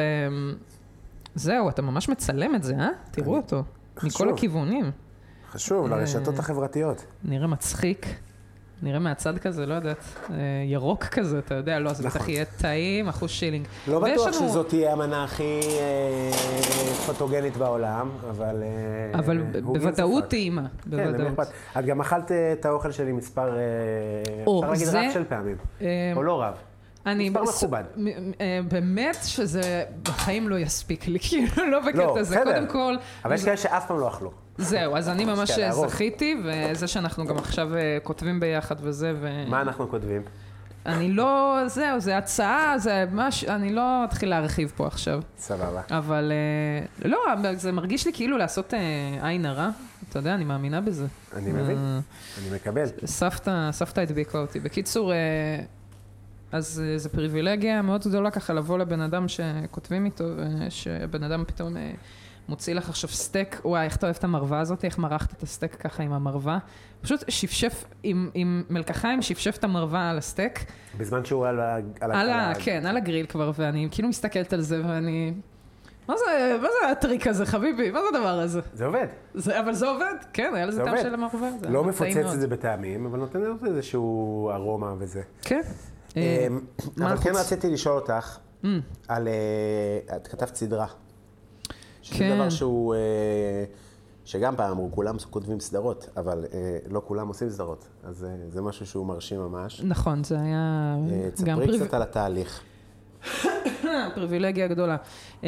זהו, אתה ממש מצלם את זה, תראו אותו. מכל הכיוונים. חשוב, לרשתות החברתיות. נראה מצחיק. נראה מהצד כזה, לא יודעת, ירוק כזה, אתה יודע, לא, זה בטח יהיה טעים, אחוז שילינג. לא בטוח שזאת תהיה המנה הכי פוטוגנית בעולם, אבל בוודאות טעימה, בוודאות. את גם אכלת את האוכל שלי מספר, אפשר להגיד רב של פעמים, או לא רב. מספר מכובד. באמת שזה בחיים לא יספיק לי, כאילו לא בקטע הזה, קודם כל. אבל יש כאלה שאף פעם לא אכלו. זהו, אז אני ממש זכיתי, וזה שאנחנו גם עכשיו כותבים ביחד וזה, מה אנחנו כותבים? אני לא, זהו, זה הצעה, זה משהו, אני לא אתחיל להרחיב פה עכשיו. סבבה. אבל לא, זה מרגיש לי כאילו לעשות עין הרע, אתה יודע, אני מאמינה בזה. אני מבין, אני מקבל. סבתא הדביקה אותי. בקיצור, אז זה פריבילגיה מאוד גדולה ככה לבוא לבן אדם שכותבים איתו, שבן אדם פתאום מוציא לך עכשיו סטייק, וואי, איך אתה אוהב את המרווה הזאת, איך מרחת את הסטייק ככה עם המרווה? פשוט שפשף עם מלקחיים, שפשף את המרווה על הסטייק. בזמן שהוא על הגריל. כן, על הגריל כבר, ואני כאילו מסתכלת על זה, ואני... מה זה הטריק הזה, חביבי? מה זה הדבר הזה? זה עובד. אבל זה עובד, כן, היה לזה טעם של המרווה. לא מפוצץ את זה בטעמים, אבל נותן לו איזשהו ארומה וזה. כן. אבל כן רציתי לשאול אותך על... את כתבת סדרה. שזה דבר שהוא... שגם פעם אמרו, כולם כותבים סדרות, אבל לא כולם עושים סדרות. אז זה משהו שהוא מרשים ממש. נכון, זה היה... תספרי קצת על התהליך. פריבילגיה גדולה.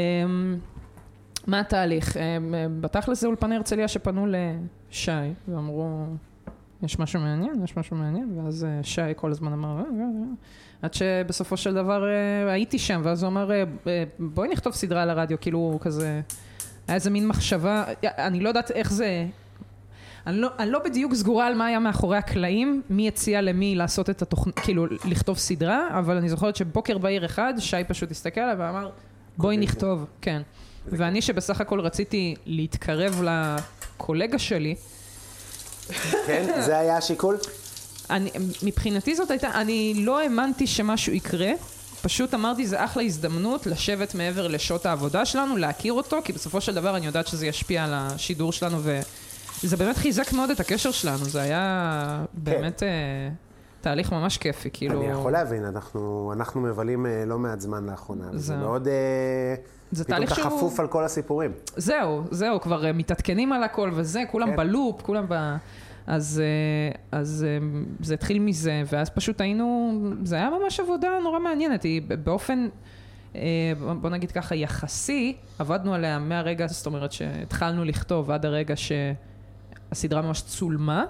מה התהליך? בתכל'ס זה אולפני הרצליה שפנו לשי, ואמרו, יש משהו מעניין, ואז שי כל הזמן אמר, עד שבסופו של דבר הייתי שם, ואז הוא אמר, בואי נכתוב סדרה על הרדיו, כאילו כזה, היה איזה מין מחשבה, אני לא יודעת איך זה, אני לא בדיוק סגורה על מה היה מאחורי הקלעים, מי הציע למי לעשות את התוכנית, כאילו לכתוב סדרה, אבל אני זוכרת שבוקר בעיר אחד, שי פשוט הסתכל עליו ואמר, בואי נכתוב, כן. ואני שבסך הכל רציתי להתקרב לקולגה שלי. כן, זה היה השיקול? מבחינתי זאת הייתה, אני לא האמנתי שמשהו יקרה, פשוט אמרתי זה אחלה הזדמנות לשבת מעבר לשעות העבודה שלנו, להכיר אותו, כי בסופו של דבר אני יודעת שזה ישפיע על השידור שלנו, וזה באמת חיזק מאוד את הקשר שלנו, זה היה באמת תהליך ממש כיפי, כאילו... אני יכול להבין, אנחנו מבלים לא מעט זמן לאחרונה, זה מאוד... זה תהליך שהוא... חפוף על כל הסיפורים. זהו, כבר מתעדכנים על הכל וזה, כולם בלופ, כולם ב... אז זה התחיל מזה, ואז פשוט היינו, זה היה ממש עבודה נורא מעניינת, היא באופן, בוא נגיד ככה, יחסי, עבדנו עליה מהרגע, זאת אומרת שהתחלנו לכתוב עד הרגע שהסדרה ממש צולמה,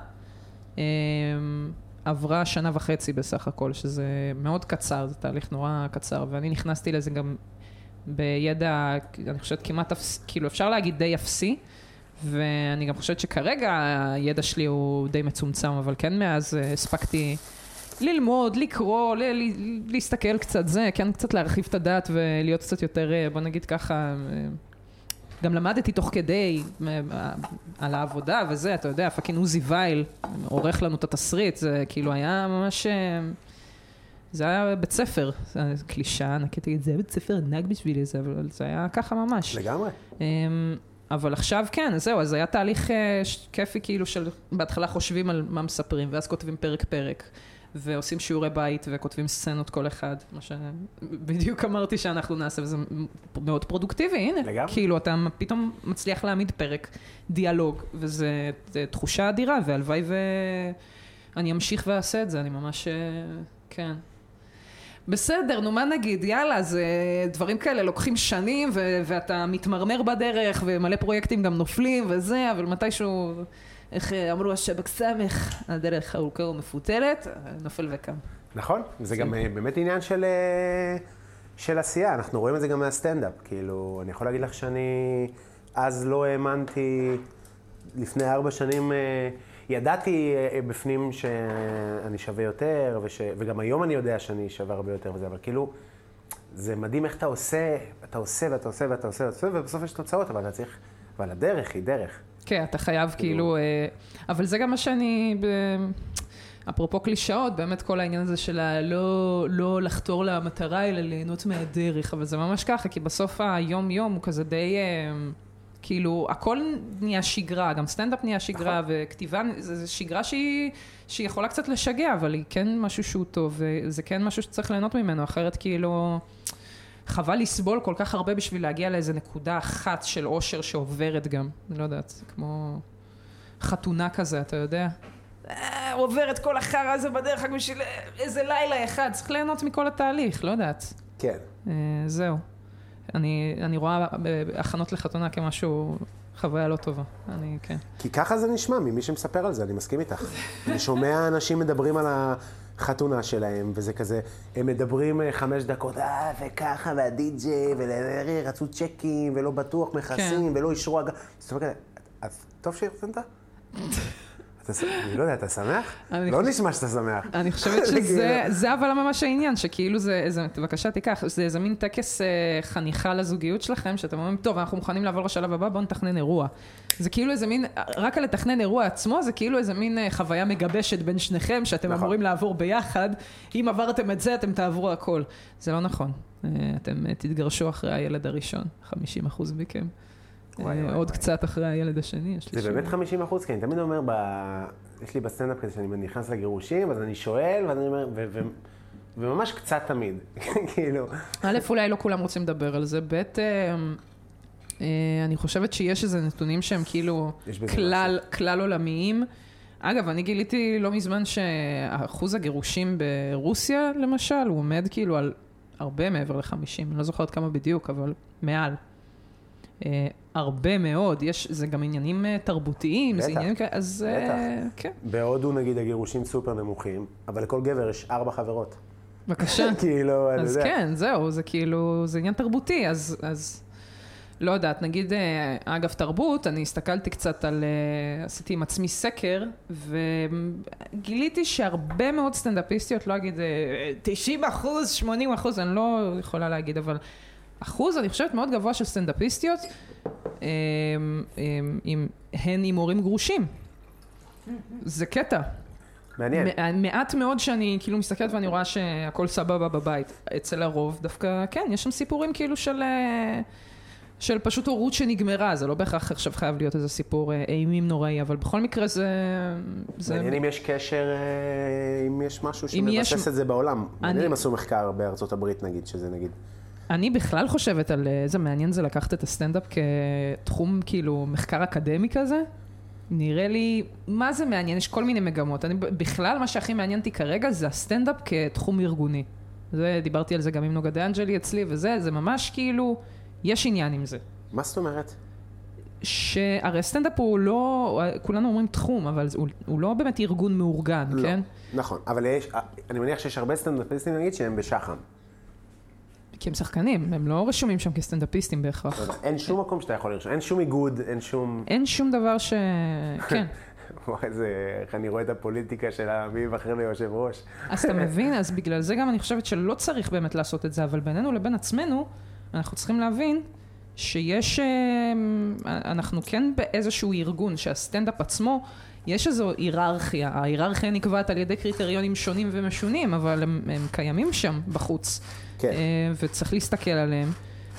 עברה 1.5 שנה בסך הכל, שזה מאוד קצר, זה תהליך נורא קצר, ואני נכנסתי לזה גם בידע, אני חושבת כמעט, כאילו אפשר להגיד די אפסי, ואני גם חושבת שכרגע הידע שלי הוא די מצומצם, אבל כן מאז הספקתי ללמוד, לקרוא, להסתכל קצת זה, כן קצת להרחיב את הדעת ולהיות קצת יותר, בוא נגיד ככה, גם למדתי תוך כדי על העבודה וזה, אתה יודע, פאקינג עוזי וייל, עורך לנו את התסריט, זה כאילו היה ממש... זה היה בית ספר, קלישה, נקטתי את זה, בית ספר ענק בשבילי זה, אבל זה היה ככה ממש. לגמרי. אבל עכשיו כן, זהו, אז היה תהליך כיפי כאילו של, בהתחלה חושבים על מה מספרים, ואז כותבים פרק, ועושים שיעורי בית, וכותבים סצנות כל אחד, מה שבדיוק אמרתי שאנחנו נעשה, וזה מאוד פרודוקטיבי, הנה. לגמרי. כאילו, אתה פתאום מצליח להעמיד פרק, דיאלוג, וזה תחושה אדירה, והלוואי ואני אמשיך ועשה את זה, אני ממש, כן. בסדר, נו מה נגיד, יאללה, זה דברים כאלה לוקחים שנים, ואתה מתמרמר בדרך, ומלא פרויקטים גם נופלים וזה, אבל מתישהו, איך אמרו השבק סמך, הדרך ארוכה ומפותלת, נופל וקם. נכון, זה גם באמת עניין של עשייה, אנחנו רואים את זה גם מהסטנדאפ, כאילו, אני יכול להגיד לך שאני אז לא האמנתי, לפני 4 שנים, ידעתי בפנים שאני שווה יותר, וגם היום אני יודע שאני שווה הרבה יותר וזה, אבל כאילו, זה מדהים איך אתה עושה, ובסוף יש תוצאות, אבל אתה צריך, אבל הדרך היא דרך. כן, אתה חייב כאילו, אבל זה גם מה שאני, אפרופו קלישאות, באמת כל העניין הזה של לא לחתור למטרה, אלא ליהנות מהדרך, אבל זה ממש ככה, כי בסוף היום-יום הוא כזה די, כאילו, הכל נהיה שגרה, גם סטנדאפ נהיה שגרה, וכתיבה, זו שגרה שהיא יכולה קצת לשגע, אבל היא כן משהו שהוא טוב, וזה כן משהו שצריך ליהנות ממנו, אחרת כאילו, חבל לסבול כל כך הרבה בשביל להגיע לאיזו נקודה אחת של אושר שעוברת גם, אני לא יודעת, זה כמו חתונה כזה, אתה יודע? עוברת כל החרא הזה בדרך רק בשביל איזה לילה אחד, צריך ליהנות מכל התהליך, לא יודעת. כן. זהו. אני רואה הכנות לחתונה כמשהו, חוויה לא טובה. כן. כי ככה זה נשמע ממי שמספר על זה, אני מסכים איתך. אני שומע אנשים מדברים על החתונה שלהם, וזה כזה, הם מדברים 5 דקות, וככה, והדי-ג'יי, ורצו צ'קים, ולא בטוח מכסים, ולא אישרו אגב. זאת אומרת, אז טוב שהרצנת? אני לא יודע, אתה שמח? לא נשמע שאתה שמח. אני חושבת שזה אבל ממש העניין, שכאילו זה, בבקשה תיקח, זה איזה מין טקס חניכה לזוגיות שלכם, שאתם אומרים, טוב, אנחנו מוכנים לעבור לשלב הבא, בואו נתכנן אירוע. זה כאילו איזה מין, רק על לתכנן אירוע עצמו, זה כאילו איזה מין חוויה מגבשת בין שניכם, שאתם אמורים לעבור ביחד. אם עברתם את זה, אתם תעברו הכל. זה לא נכון. אתם תתגרשו אחרי הילד הראשון, 50% מכם. עוד קצת אחרי הילד השני. זה באמת 50%, כי אני תמיד אומר, יש לי בסטנדאפ כזה שאני נכנס לגירושים, אז אני שואל, ואני אומר, וממש קצת תמיד, כאילו. א', אולי לא כולם רוצים לדבר על זה, ב', אני חושבת שיש איזה נתונים שהם כאילו כלל עולמיים. אגב, אני גיליתי לא מזמן שאחוז הגירושים ברוסיה, למשל, הוא עומד כאילו על הרבה מעבר ל-50, אני לא זוכרת כמה בדיוק, אבל מעל. הרבה מאוד, זה גם עניינים תרבותיים, זה עניינים כאלה, אז כן. בהודו נגיד הגירושים סופר נמוכים, אבל לכל גבר יש 4 חברות. בבקשה. כאילו, אני יודע. אז כן, זהו, זה כאילו, זה עניין תרבותי, אז לא יודעת, נגיד, אגב תרבות, אני הסתכלתי קצת על, עשיתי עם עצמי סקר, וגיליתי שהרבה מאוד סטנדאפיסטיות, לא אגיד 90%, 80%, אני לא יכולה להגיד, אבל אחוז, אני חושבת, מאוד גבוה של סטנדאפיסטיות, הן עם הורים גרושים. זה קטע. מעניין. מעט מאוד שאני כאילו מסתכלת ואני רואה שהכל סבבה בבית. אצל הרוב דווקא, כן, יש שם סיפורים כאילו של פשוט הורות שנגמרה. זה לא בהכרח עכשיו חייב להיות איזה סיפור אימים נוראי, אבל בכל מקרה זה... מעניין אם יש קשר, אם יש משהו שמבסס את זה בעולם. מעניין אם עשו מחקר בארצות הברית נגיד, שזה נגיד... אני בכלל חושבת על איזה מעניין זה לקחת את הסטנדאפ כתחום כאילו מחקר אקדמי כזה. נראה לי, מה זה מעניין? יש כל מיני מגמות. בכלל מה שהכי מעניינתי כרגע זה הסטנדאפ כתחום ארגוני. דיברתי על זה גם עם נוגה דיאנג'לי אצלי וזה ממש כאילו, יש עניין עם זה. מה זאת אומרת? שהרי הסטנדאפ הוא לא, כולנו אומרים תחום, אבל הוא לא באמת ארגון מאורגן, כן? נכון, אבל אני מניח שיש הרבה סטנדאפיסטים נגיד שהם בשח"ם. כי הם שחקנים, הם לא רשומים שם כסטנדאפיסטים בהכרח. אין שום מקום שאתה יכול לרשום, אין שום איגוד, אין שום... אין שום דבר כן. וואי, איך אני רואה את הפוליטיקה של מי יבחר ליושב ראש. אז אתה מבין, אז בגלל זה גם אני חושבת שלא צריך באמת לעשות את זה, אבל בינינו לבין עצמנו, אנחנו צריכים להבין שיש, אנחנו כן באיזשהו ארגון, שהסטנדאפ עצמו, יש איזו היררכיה. ההיררכיה נקבעת על ידי קריטריונים שונים ומשונים, אבל הם קיימים שם בחוץ. כן. וצריך להסתכל עליהם,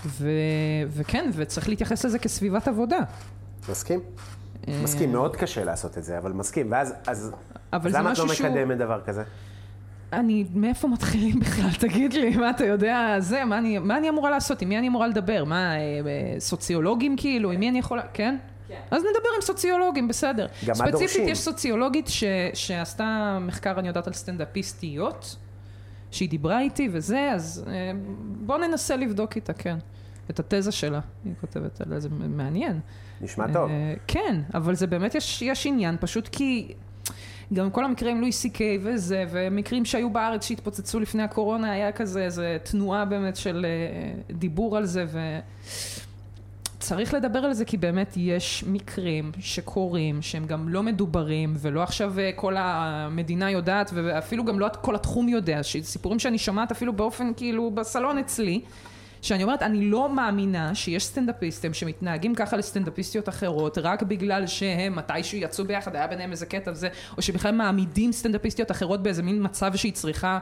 וכן, וצריך להתייחס לזה כסביבת עבודה. מסכים? מסכים, מאוד קשה לעשות את זה, אבל מסכים. ואז למה את לא מקדמת דבר כזה? מאיפה מתחילים בכלל? תגיד לי, מה אתה יודע, מה אני אמורה לעשות? עם מי אני אמורה לדבר? מה, סוציולוגים כאילו? עם מי אני יכולה, כן? אז נדבר עם סוציולוגים, בסדר. גם מה דורשים? ספציפית יש סוציולוגית שעשתה מחקר, אני יודעת, על סטנדאפיסטיות, שהיא דיברה איתי וזה, אז בוא ננסה לבדוק איתה, כן. את התזה שלה, היא כותבת עליה, זה מעניין. נשמע טוב. כן, אבל זה באמת יש עניין, פשוט כי גם כל המקרים לואי סי קיי וזה, ומקרים שהיו בארץ שהתפוצצו לפני הקורונה, היה כזה איזה תנועה באמת של דיבור על זה, צריך לדבר על זה כי באמת יש מקרים שקורים, שהם גם לא מדוברים, ולא עכשיו כל המדינה יודעת, ואפילו גם לא כל התחום יודע, סיפורים שאני שומעת אפילו באופן כאילו בסלון אצלי, שאני אומרת, אני לא מאמינה שיש סטנדאפיסטים שמתנהגים ככה לסטנדאפיסטיות אחרות, רק בגלל שהם מתישהו יצאו ביחד, היה ביניהם איזה קטע וזה, או שבכלל מעמידים סטנדאפיסטיות אחרות באיזה מין מצב שהיא צריכה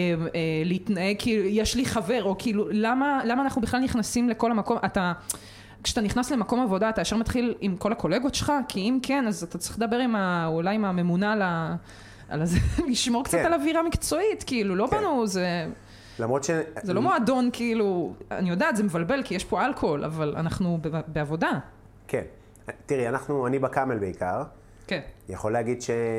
להתנהג, כאילו, יש לי חבר, או כאילו, למה אנחנו בכלל נכנסים לכל המקום, כשאתה נכנס למקום עבודה, אתה ישר מתחיל עם כל הקולגות שלך, כי אם כן, אז אתה צריך לדבר אולי עם הממונה על זה, לשמור קצת על אווירה מקצועית, כאילו, לא בנו, למרות זה לא מועדון, כאילו, אני יודעת, זה מבלבל, כי יש פה אלכוהול, אבל אנחנו בעבודה. כן. תראי, אני בקאמל בעיקר. כן. יכול להגיד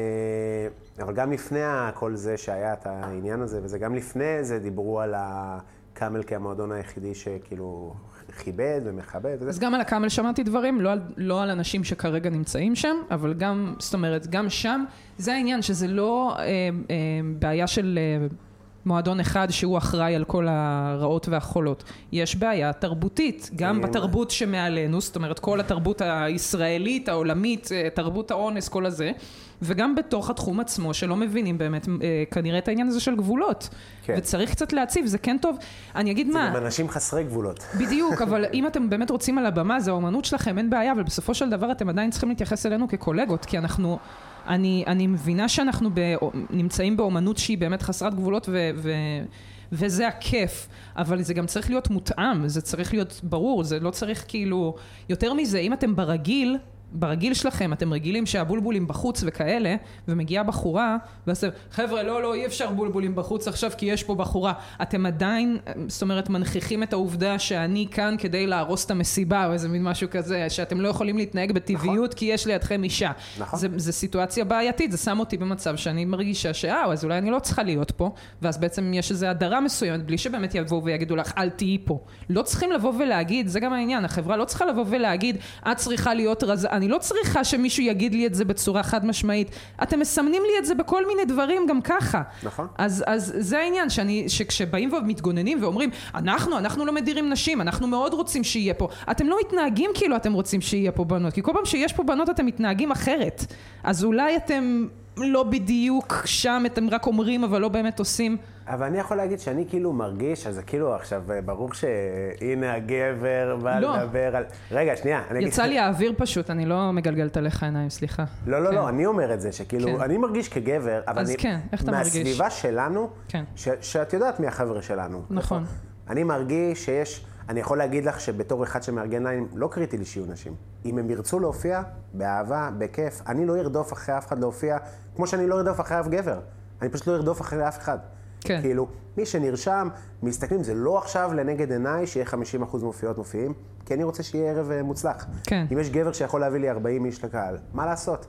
אבל גם לפני כל זה שהיה את העניין הזה, וזה גם לפני זה דיברו על הקאמל כמועדון היחידי שכאילו כיבד ומכבד. אז גם על הקאמל שמעתי דברים, לא על אנשים שכרגע נמצאים שם, אבל גם, זאת אומרת, גם שם, זה העניין שזה לא בעיה של מועדון אחד שהוא אחראי על כל הרעות והחולות. יש בעיה תרבותית, גם בתרבות שמעלינו, זאת אומרת, כל התרבות הישראלית, העולמית, תרבות האונס, כל הזה, וגם בתוך התחום עצמו, שלא מבינים באמת כנראה את העניין הזה של גבולות. כן. וצריך קצת להציב, זה כן טוב. אני אגיד מה... זה גם אנשים חסרי גבולות. בדיוק, אבל אם אתם באמת רוצים על הבמה, זה האומנות שלכם, אין בעיה, אבל בסופו של דבר אתם עדיין צריכים להתייחס אלינו כקולגות, כי אנחנו... אני מבינה שאנחנו נמצאים באומנות שהיא באמת חסרת גבולות וזה הכיף, אבל זה גם צריך להיות מותאם, זה צריך להיות ברור, זה לא צריך כאילו, יותר מזה, אם אתם ברגיל שלכם, אתם רגילים שהבולבולים בחוץ וכאלה, ומגיעה בחורה, ואז חבר'ה, לא, אי אפשר בולבולים בחוץ עכשיו, כי יש פה בחורה. אתם עדיין, זאת אומרת, מנכיחים את העובדה שאני כאן כדי להרוס את המסיבה, או איזה מין משהו כזה, שאתם לא יכולים להתנהג בטבעיות, כי יש לידכם אישה. זה סיטואציה בעייתית, זה שם אותי במצב שאני מרגישה אז אולי אני לא צריכה להיות פה, ואז בעצם יש איזו הדרה מסוימת, בלי שבאמת יבואו ויגידו לך, אל תהיי פה. לא צריכים לבוא ולהגיד, זה גם העניין, החברה לא צריכה לבוא ולהגיד, את צריכה להיות רזה. אני לא צריכה שמישהו יגיד לי את זה בצורה חד משמעית. אתם מסמנים לי את זה בכל מיני דברים גם ככה. נכון. אז זה העניין, שכשבאים ומתגוננים ואומרים, אנחנו לא מדירים נשים, אנחנו מאוד רוצים שיהיה פה. אתם לא מתנהגים כאילו אתם רוצים שיהיה פה בנות, כי כל פעם שיש פה בנות אתם מתנהגים אחרת. אז אולי אתם לא בדיוק שם, אתם רק אומרים, אבל לא באמת עושים. אבל אני יכול להגיד שאני כאילו מרגיש, אז זה כאילו עכשיו ברור שהנה הגבר בא לדבר על... רגע, שנייה. יצא לי האוויר פשוט, אני לא מגלגלת עליך עיניים, סליחה. לא, אני אומר את זה, שכאילו, אני מרגיש כגבר, אבל מהסביבה שלנו, שאת יודעת מי החבר'ה שלנו. נכון. אני מרגיש שיש... אני יכול להגיד לך שבתור אחד שמארגן ליין, לא קריטי לי שיהיו נשים. אם הם ירצו להופיע, באהבה, בכיף, אני לא ארדוף אחרי אף אחד להופיע, כמו שאני לא ארדוף אחרי אף גבר. אני פשוט לא ארדוף אחרי אף אחד. כן. כאילו, מי שנרשם, מסתכלים, זה לא עכשיו לנגד עיניי שיהיה 50% מופיעים, כי אני רוצה שיהיה ערב מוצלח. כן. אם יש גבר שיכול להביא לי 40 איש לקהל, מה לעשות?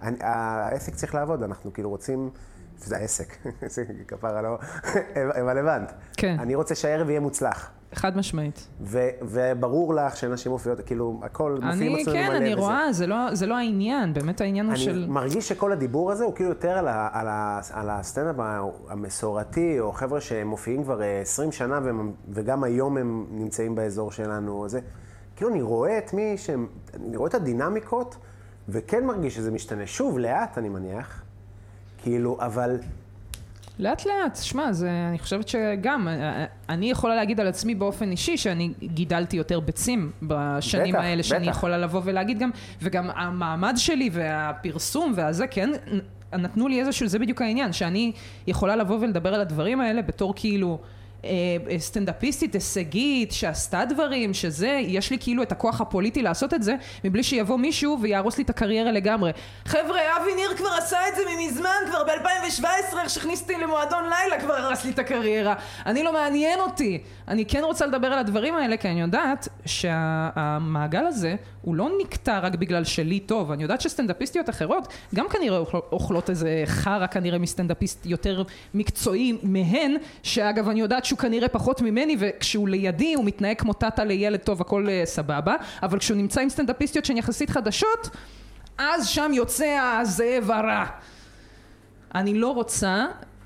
העסק צריך לעבוד, אנחנו כאילו רוצים... זה העסק, זה כפרה לא... אבל הבנת. כן. אני רוצה שהערב יהיה מוצלח. חד משמעית. וברור לך שנשים מופיעות, כאילו, הכל מופיעים עצמם מלא. כן, אני רואה, זה לא העניין, באמת העניין הוא של... אני מרגיש שכל הדיבור הזה הוא כאילו יותר על הסטנדאפ המסורתי, או חבר'ה שמופיעים כבר 20 שנה, וגם היום הם נמצאים באזור שלנו. כאילו, אני רואה אני רואה את הדינמיקות, וכן מרגיש שזה משתנה. שוב, לאט, אני מניח. כאילו, אבל... לאט לאט, שמע, אני חושבת שגם, אני יכולה להגיד על עצמי באופן אישי, שאני גידלתי יותר ביצים בשנים האלה, שאני יכולה לבוא ולהגיד גם, וגם המעמד שלי והפרסום והזה, כן, נתנו לי איזשהו, זה בדיוק העניין, שאני יכולה לבוא ולדבר על הדברים האלה בתור כאילו, סטנדאפיסטית, הישגית, שעשתה דברים, שזה, יש לי כאילו את הכוח הפוליטי לעשות את זה, מבלי שיבוא מישהו ויהרוס לי את הקריירה לגמרי. חבר'ה, אבי ניר כבר עשה את זה ממזמן, כבר ב-2017, איך שכניסתי למועדון לילה, כבר הרס לי את הקריירה. אני לא מעניין אותי. אני כן רוצה לדבר על הדברים האלה, כי אני יודעת שהמעגל הזה, הוא לא נקטע רק בגלל שלי טוב. אני יודעת שסטנדאפיסטיות אחרות, גם כנראה אוכלות איזה חרה, כנראה מסטנדאפיסט יותר מקצועי מהן, שאגב אני יודעת שהוא כנראה פחות ממני, וכשהוא לידי הוא מתנהג כמו טאטה לילד טוב, הכל סבבה, אבל כשהוא נמצא עם סטנדאפיסטיות שהן יחסית חדשות, אז שם יוצא הזאב הרע. אני לא רוצה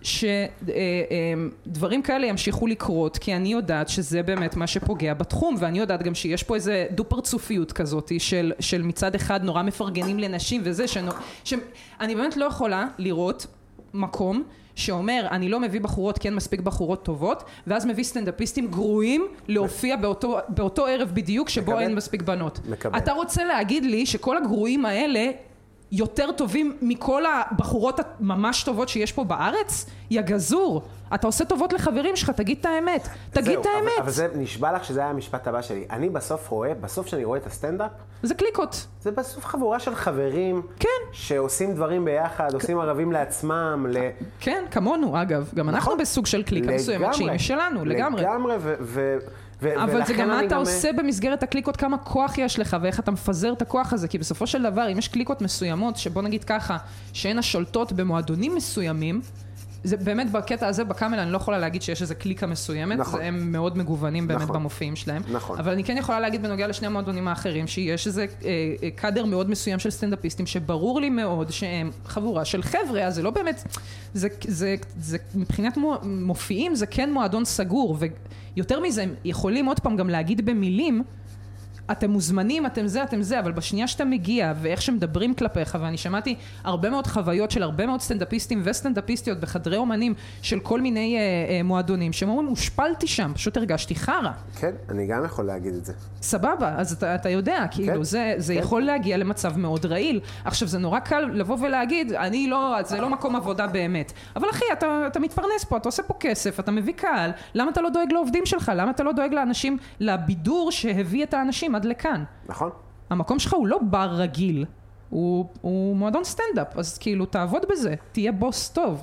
שדברים כאלה ימשיכו לקרות, כי אני יודעת שזה באמת מה שפוגע בתחום, ואני יודעת גם שיש פה איזה דו-פרצופיות כזאת, של מצד אחד נורא מפרגנים לנשים וזה, שאני באמת לא יכולה לראות מקום שאומר, אני לא מביא בחורות, כן מספיק בחורות טובות, ואז מביא סטנדאפיסטים גרועים להופיע באותו ערב בדיוק, שבו אין מספיק בנות. אתה רוצה להגיד לי שכל הגרועים האלה יותר טובים מכל הבחורות ממש טובות שיש פה בארץ? יא גזור, אתה עושה טובות לחברים שלך, תגיד את האמת. תגיד את האמת. אבל זה נשבע לך שזה היה המשפט הבא שלי. אני בסוף שאני רואה את הסטנדאפ, זה קליקות. זה בסוף חבורה של חברים, כן. שעושים דברים ביחד, עושים ערבים לעצמם. כן, כמונו אגב. גם אנחנו בסוג של קליקה מסוימת שהיא משלנו, לגמרי. לגמרי, אבל זה גם מה אתה עושה במסגרת הקליקות, כמה כוח יש לך ואיך אתה מפזר את הכוח הזה, כי בסופו של דבר, אם יש קליקות מסוימות, שבוא נגיד ככה, שהן השולטות במועדונים מסוימים, זה באמת בקטע הזה, בקאמל, אני לא יכולה להגיד שיש איזו קליקה מסוימת, נכון. הם מאוד מגוונים באמת נכון. במופיעים שלהם, נכון. אבל אני כן יכולה להגיד בנוגע לשני המועדונים האחרים, שיש איזה קאדר מאוד מסוים של סטנדאפיסטים, שברור לי מאוד שהם חבורה של חבר'ה, אז זה לא באמת, זה מבחינת מופיעים, זה כן מועדון סגור, ויותר מזה, הם יכולים עוד פעם גם להגיד במילים, אתם מוזמנים, אתם זה, אבל בשנייה שאתה מגיע, ואיך שמדברים כלפיך, ואני שמעתי הרבה מאוד חוויות של הרבה מאוד סטנדאפיסטים וסטנדאפיסטיות בחדרי אומנים של כל מיני מועדונים, שהם אומרים, הושפלתי שם, פשוט הרגשתי חרה. כן, אני גם יכול להגיד את זה. סבבה, אז אתה יודע, כאילו, זה יכול להגיע למצב מאוד רעיל. עכשיו, זה נורא קל לבוא ולהגיד, זה לא מקום עבודה באמת. אבל אחי, אתה מתפרנס פה, אתה עושה פה כסף, אתה מביא קהל, למה אתה לא דואג לעובדים שלך? למה אתה לא דואג לאנשים, לבידור שהביא את האנשים עד לכאן? נכון. המקום שלך הוא לא בר רגיל, הוא מועדון סטנדאפ, אז כאילו תעבוד בזה, תהיה בוס טוב.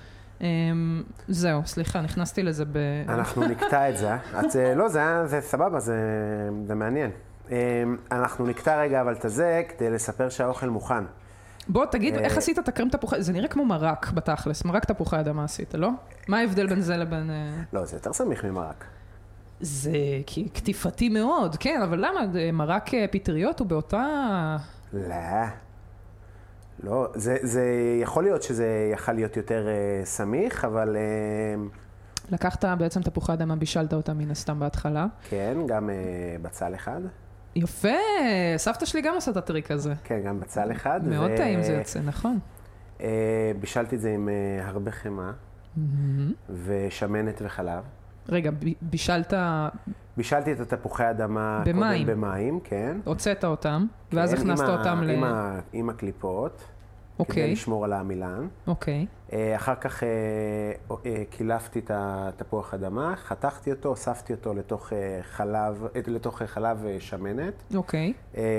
זהו, סליחה, נכנסתי לזה אנחנו נקטע את זה, לא, זה סבבה, זה מעניין. אנחנו נקטע רגע אבל את זה כדי לספר שהאוכל מוכן. בוא תגיד, איך עשית את הקרם תפוחי? זה נראה כמו מרק בתכלס, מרק תפוחי אדמה עשית, לא? מה ההבדל בין זה לבין... לא, זה יותר סמיך ממרק. זה כתיפתי מאוד, כן, אבל למה? מרק פטריות הוא באותה... לא, זה יכול להיות שזה יכול להיות יותר סמיך, אבל... לקחת בעצם תפוחי אדמה, בישלת אותה מן הסתם בהתחלה. כן, גם בצל אחד. יפה, סבתא שלי גם עושה את הטריק הזה. כן, גם בצל אחד. מאוד טעים זה יוצא, נכון. בישלתי את זה עם הרבה חמה, ושמנת וחלב. רגע, בישלתי את התפוחי אדמה קודם במים, כן. הוצאת אותם, ואז הכנסת אותם עם הקליפות, אוקיי. כדי לשמור על העמילן. אוקיי. אחר כך קילפתי את התפוח אדמה, חתכתי אותו, הוספתי אותו לתוך חלב שמנת. אוקיי.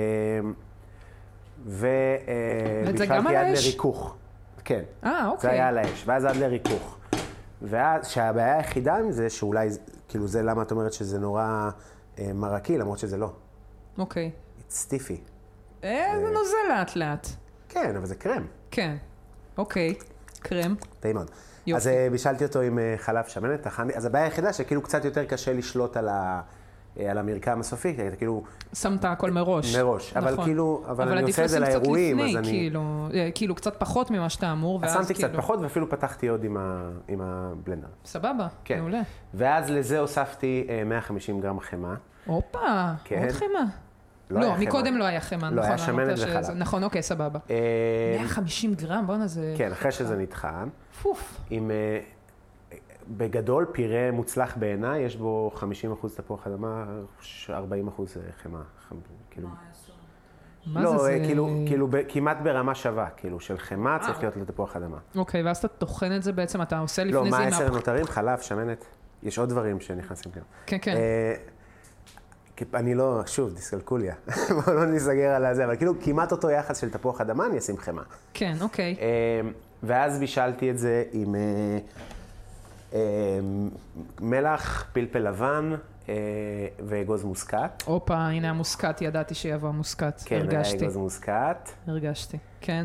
ובישלתי עד לריכוך. כן. אוקיי. זה היה על האש, ואז עד לריכוך. ואז שהבעיה היחידה עם זה, שאולי, כאילו זה למה את אומרת שזה נורא מרקי, למרות שזה לא. אוקיי. It's stiffy. זה נוזל לאט לאט. כן, אבל זה קרם. כן. אוקיי. קרם. טעים מאוד. אז בישלתי אותו עם חלב שמנת, אז הבעיה היחידה שכאילו קצת יותר קשה לשלוט על המרקם הסופי, כאילו... שמת הכל מראש. מראש, אבל כאילו, אבל אני עושה את זה לאירועים, אז אני... כאילו קצת פחות ממה שאתה אמור, ואז שמתי קצת פחות, ואפילו פתחתי עוד עם הבלנדר. סבבה, מעולה. ואז לזה הוספתי 150 גרם חמה. הופה, עוד חמה. לא, מקודם לא היה חמה, נכון. לא, היה שמנת וחלב. נכון, אוקיי, סבבה. 150 גרם, בוא נזה... כן, אחרי שזה נטחן. פוף. עם... בגדול, פירה מוצלח בעיניי, יש בו 50% תפוח אדמה, 40% חמה. מה זה? לא, כאילו כמעט ברמה שווה, כאילו של חמה צריך להיות לתפוח אדמה. אוקיי, ואז אתה טוחן את זה בעצם, אתה עושה לפני זה... לא, מה 10 נותרים? חלב, שמנת. יש עוד דברים שנכנסים כאן. כן, כן. אני לא, שוב, דיסקלקוליה. בואו לא נסגר על זה, אבל כאילו כמעט אותו יחס של תפוח אדמה, אני אשים חמה. כן, אוקיי. ואז בישלתי את זה עם... מלח, פלפל לבן ואגוז מוסקת. אופה, הנה המוסקת, ידעתי שיבוא המוסקת. כן, הרגשתי. היה אגוז מוסקת. הרגשתי, כן.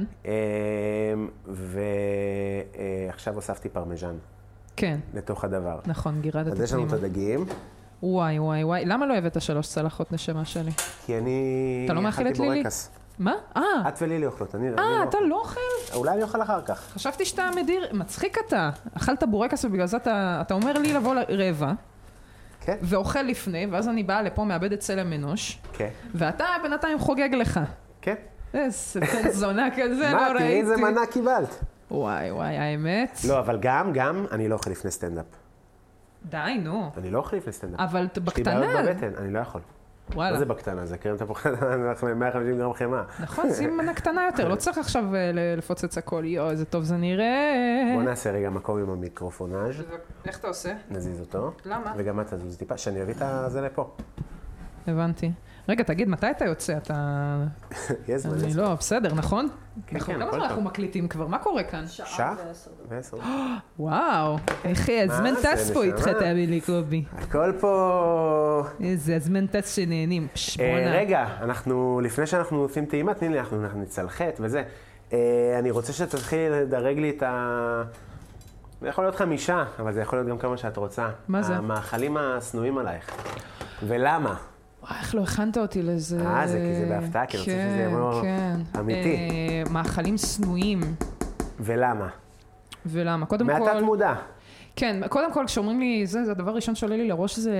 ועכשיו הוספתי פרמיז'ן. כן. לתוך הדבר. נכון, גירדת פנימה. אז יש לנו את הדגים. וואי, וואי, וואי. למה לא הבאת 3 צלחות נשמה שלי? כי אני... אתה לא מאכילת לילי? מה? את ולילי אוכלות, אני לא. אתה לא אוכל? אולי אני אוכל אחר כך. חשבתי שאתה מדיר, מצחיק אתה. אכלת בורקס ובגלל זה אתה אומר לי לבוא לרבע. כן. ואוכל לפני, ואז אני באה לפה, מאבדת צלם אנוש. כן. ואתה בינתיים חוגג לך. כן. איזה זונה כזה, לא ראיתי. מה, תראי איזה מנה קיבלת. וואי, וואי, האמת. לא, אבל גם אני לא אוכל לפני סטנדאפ. די, נו. אני לא אוכל לפני סטנדאפ. אבל בקטנה... יש לי בעיות בבטן, אני לא יכול. וואלה. מה זה בקטנה? זה קרם תפוחי אדמה 150 גרם חמאה. נכון, שים מנה קטנה יותר, לא צריך עכשיו לפוצץ הכל. יואו, איזה טוב זה נראה. בוא נעשה רגע מקום עם המיקרופונאז'. איך אתה עושה? נזיז אותו. למה? וגם את תזוז טיפה, שאני אביא את זה לפה. הבנתי. רגע, תגיד, מתי אתה יוצא? יש זמן. אני לא, בסדר, נכון? כן, נכון, כן, כמה זמן אנחנו מקליטים כבר? מה קורה כאן? שעה ו10. וואו, איך הזמן טס פה איתך, תאמין לי, קובי. הכל פה... איזה הזמן טס שנהנים. רגע, לפני שאנחנו עושים טעימה, תני לי, אנחנו נצלחת וזה. אני רוצה שתתחילי לדרג לי את ה... זה יכול להיות 5, אבל זה יכול להיות גם כמה שאת רוצה. מה זה? המאכלים השנואים עלייך. ולמה? וואי, איך לא הכנת אותי לזה? זה כי זה בהפתעה, כי אני רוצה שזה יהיה אמיתי. מאכלים שנואים. ולמה? ולמה? קודם כל... מעטת מודע. כן, קודם כל, כשאומרים לי, זה הדבר הראשון שעולה לי לראש, זה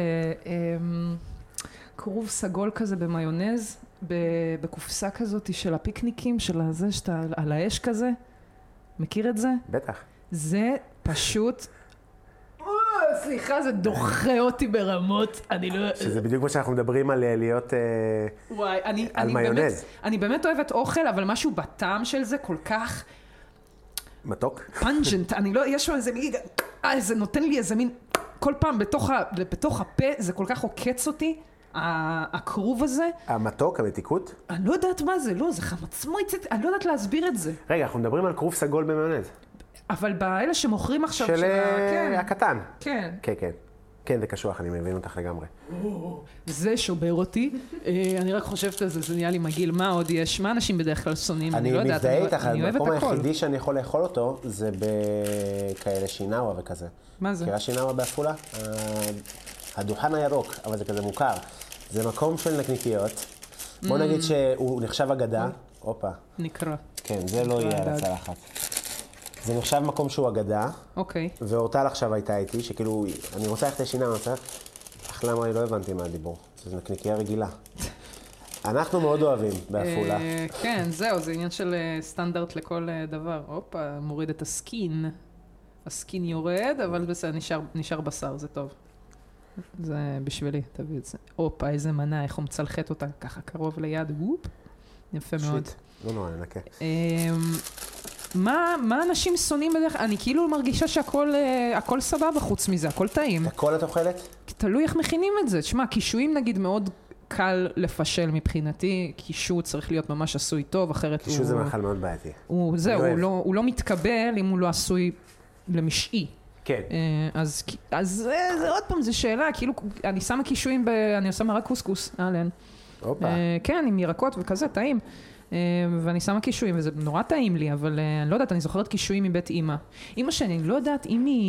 כרוב סגול כזה במיונז, בקופסה כזאת של הפיקניקים, של הזה שאתה על האש כזה. מכיר את זה? בטח. זה פשוט... סליחה, זה דוחה אותי ברמות, אני לא... שזה בדיוק מה שאנחנו מדברים על להיות... וואי, על מיונז. אני באמת אוהבת אוכל, אבל משהו בטעם של זה כל כך... מתוק? פנג'נט, אני לא... יש שם איזה מין... זה נותן לי איזה מין... כל פעם בתוך הפה, זה כל כך עוקץ אותי, הכרוב הזה. המתוק, המתיקות? אני לא יודעת מה זה, לא, זה חמצמויץ, אני לא יודעת להסביר את זה. רגע, אנחנו מדברים על כרוב סגול במיונז. אבל באלה שמוכרים עכשיו של הקטן. כן. כן, כן. כן, זה קשוח, אני מבין אותך לגמרי. זה שובר אותי. אני רק חושבת על זה, זה נהיה לי מגעיל. מה עוד יש? מה אנשים בדרך כלל שונאים? אני לא יודעת, אני מזדהה איתך, המקום הכל. היחידי שאני יכול לאכול אותו, זה בכאלה שינאווה וכזה. מה זה? מכירה שינאווה בעפולה? הדוכן הירוק, אבל זה כזה מוכר. זה מקום של נקניקיות. בוא נגיד שהוא נחשב אגדה. הופה. נקרא. כן, זה לא יהיה על הצלחת. זה נחשב מקום שהוא אגדה. אוקיי. ואורטל עכשיו הייתה איתי, שכאילו, אני רוצה ללכת לשינאווה, אני צריך... אחלה אמרה לי, לא הבנתי מה הדיבור. זו נקניקייה רגילה. אנחנו מאוד אוהבים בעפולה. כן, זהו, זה עניין של סטנדרט לכל דבר. הופה, מוריד את הסקין. הסקין יורד, אבל בסדר, נשאר בשר, זה טוב. זה בשבילי, תביא את זה. הופה, איזה מנה, איך הוא מצלחת אותה ככה קרוב ליד, וופ. יפה מאוד. לא נורא, ננקה. מה אנשים שונאים בדרך? אני כאילו מרגישה שהכל סבבה חוץ מזה, הכל טעים. הכל את אוכלת? תלוי איך מכינים את זה. תשמע, קישואים נגיד מאוד קל לפשל מבחינתי. קישוא צריך להיות ממש עשוי טוב, אחרת הוא... קישוא זה מאכל מאוד בעייתי. זהו, הוא לא מתקבל אם הוא לא עשוי למשעי. כן. אז זה עוד פעם, זו שאלה, כאילו, אני שמה קישואים, אני עושה רק קוסקוס, אהלן. אופה. כן, עם ירקות וכזה, טעים. ואני שמה קישואים, וזה נורא טעים לי, אבל אני לא יודעת, אני זוכרת קישואים מבית אמא. אמא שאני לא יודעת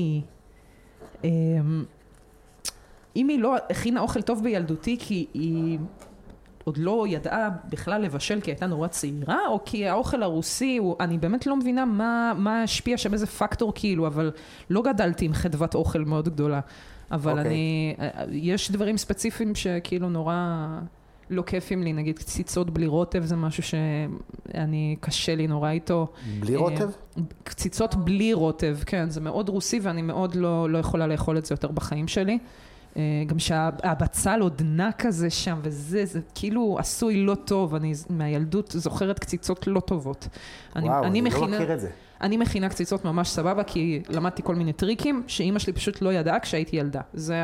אם היא לא הכינה אוכל טוב בילדותי, כי היא עוד לא ידעה בכלל לבשל, כי הייתה נורא צעירה, או כי האוכל הרוסי, אני באמת לא מבינה מה השפיע שם, איזה פקטור כאילו, אבל לא גדלתי עם חדוות אוכל מאוד גדולה. אבל יש דברים ספציפיים שכאילו נורא... לא כיפים לי, נגיד קציצות בלי רוטב, זה משהו שאני קשה לי נורא איתו. בלי רוטב? קציצות בלי רוטב, כן, זה מאוד רוסי ואני מאוד לא יכולה לאכול את זה יותר בחיים שלי. גם שהבצל עוד נע כזה שם וזה, זה כאילו עשוי לא טוב, אני מהילדות זוכרת קציצות לא טובות. וואו, אני לא מכיר את זה. אני מכינה קציצות ממש סבבה, כי למדתי כל מיני טריקים שאמא שלי פשוט לא ידעה כשהייתי ילדה. זה.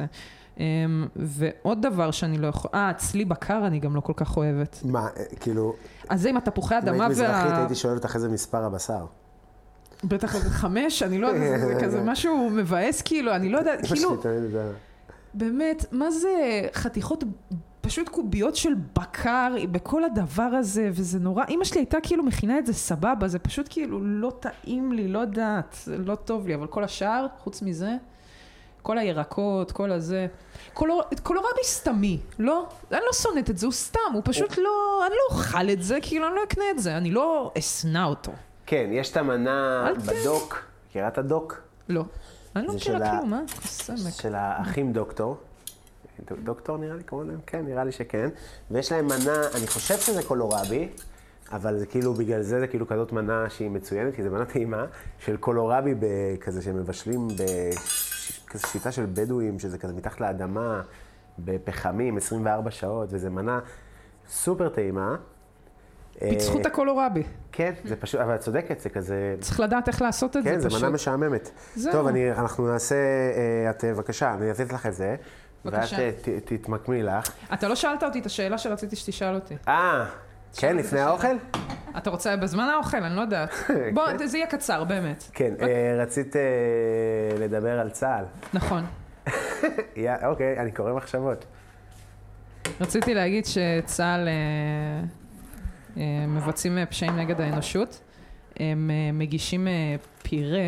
ועוד דבר שאני לא יכול... אצלי בקר אני גם לא כל כך אוהבת. מה, כאילו... אז זה עם התפוחי אדמה אם היית מזרחית, הייתי שואלת אחרי זה מספר הבשר. בטח 5, אני לא יודעת, זה כזה משהו מבאס כאילו, אני לא יודעת, כאילו... באמת, מה זה חתיכות, פשוט קוביות של בקר בכל הדבר הזה, וזה נורא... אמא שלי הייתה כאילו מכינה את זה סבבה, זה פשוט כאילו לא טעים לי, לא יודעת, זה לא טוב לי, אבל כל השאר, חוץ מזה... כל הירקות, כל הזה. קולורבי סתמי, לא? אני לא שונאת את זה, הוא סתם, הוא פשוט לא... אני לא אוכל את זה, כאילו אני לא אקנה את זה, אני לא אסנה אותו. כן, יש את המנה בדוק, מכירה את הדוק? לא. אני לא מכירה כלום, מה? של האחים דוקטור. דוקטור נראה לי, כמו להם? כן, נראה לי שכן. ויש להם מנה, אני חושב שזה קולורבי, אבל זה כאילו, בגלל זה זה כאילו כזאת מנה שהיא מצוינת, כי זה מנה טעימה של קולורבי כזה שמבשלים כזה שיטה של בדואים, שזה כזה מתחת לאדמה, בפחמים 24 שעות, וזו מנה סופר טעימה. פיצחו את הקולורבי. כן, זה פשוט, אבל את צודקת, זה כזה... צריך לדעת איך לעשות את זה פשוט. כן, זו מנה משעממת. טוב, אנחנו נעשה, את בבקשה, אני אעזית לך את זה, ואת תתמקמי לך. אתה לא שאלת אותי את השאלה שרציתי שתשאל אותי. כן, לפני האוכל? אתה רוצה בזמן האוכל, אני לא יודעת. בוא, זה יהיה קצר, באמת. כן, רצית לדבר על צה"ל. נכון. אוקיי, אני קורא מחשבות. רציתי להגיד שצה"ל מבצעים פשעים נגד האנושות. הם מגישים פירה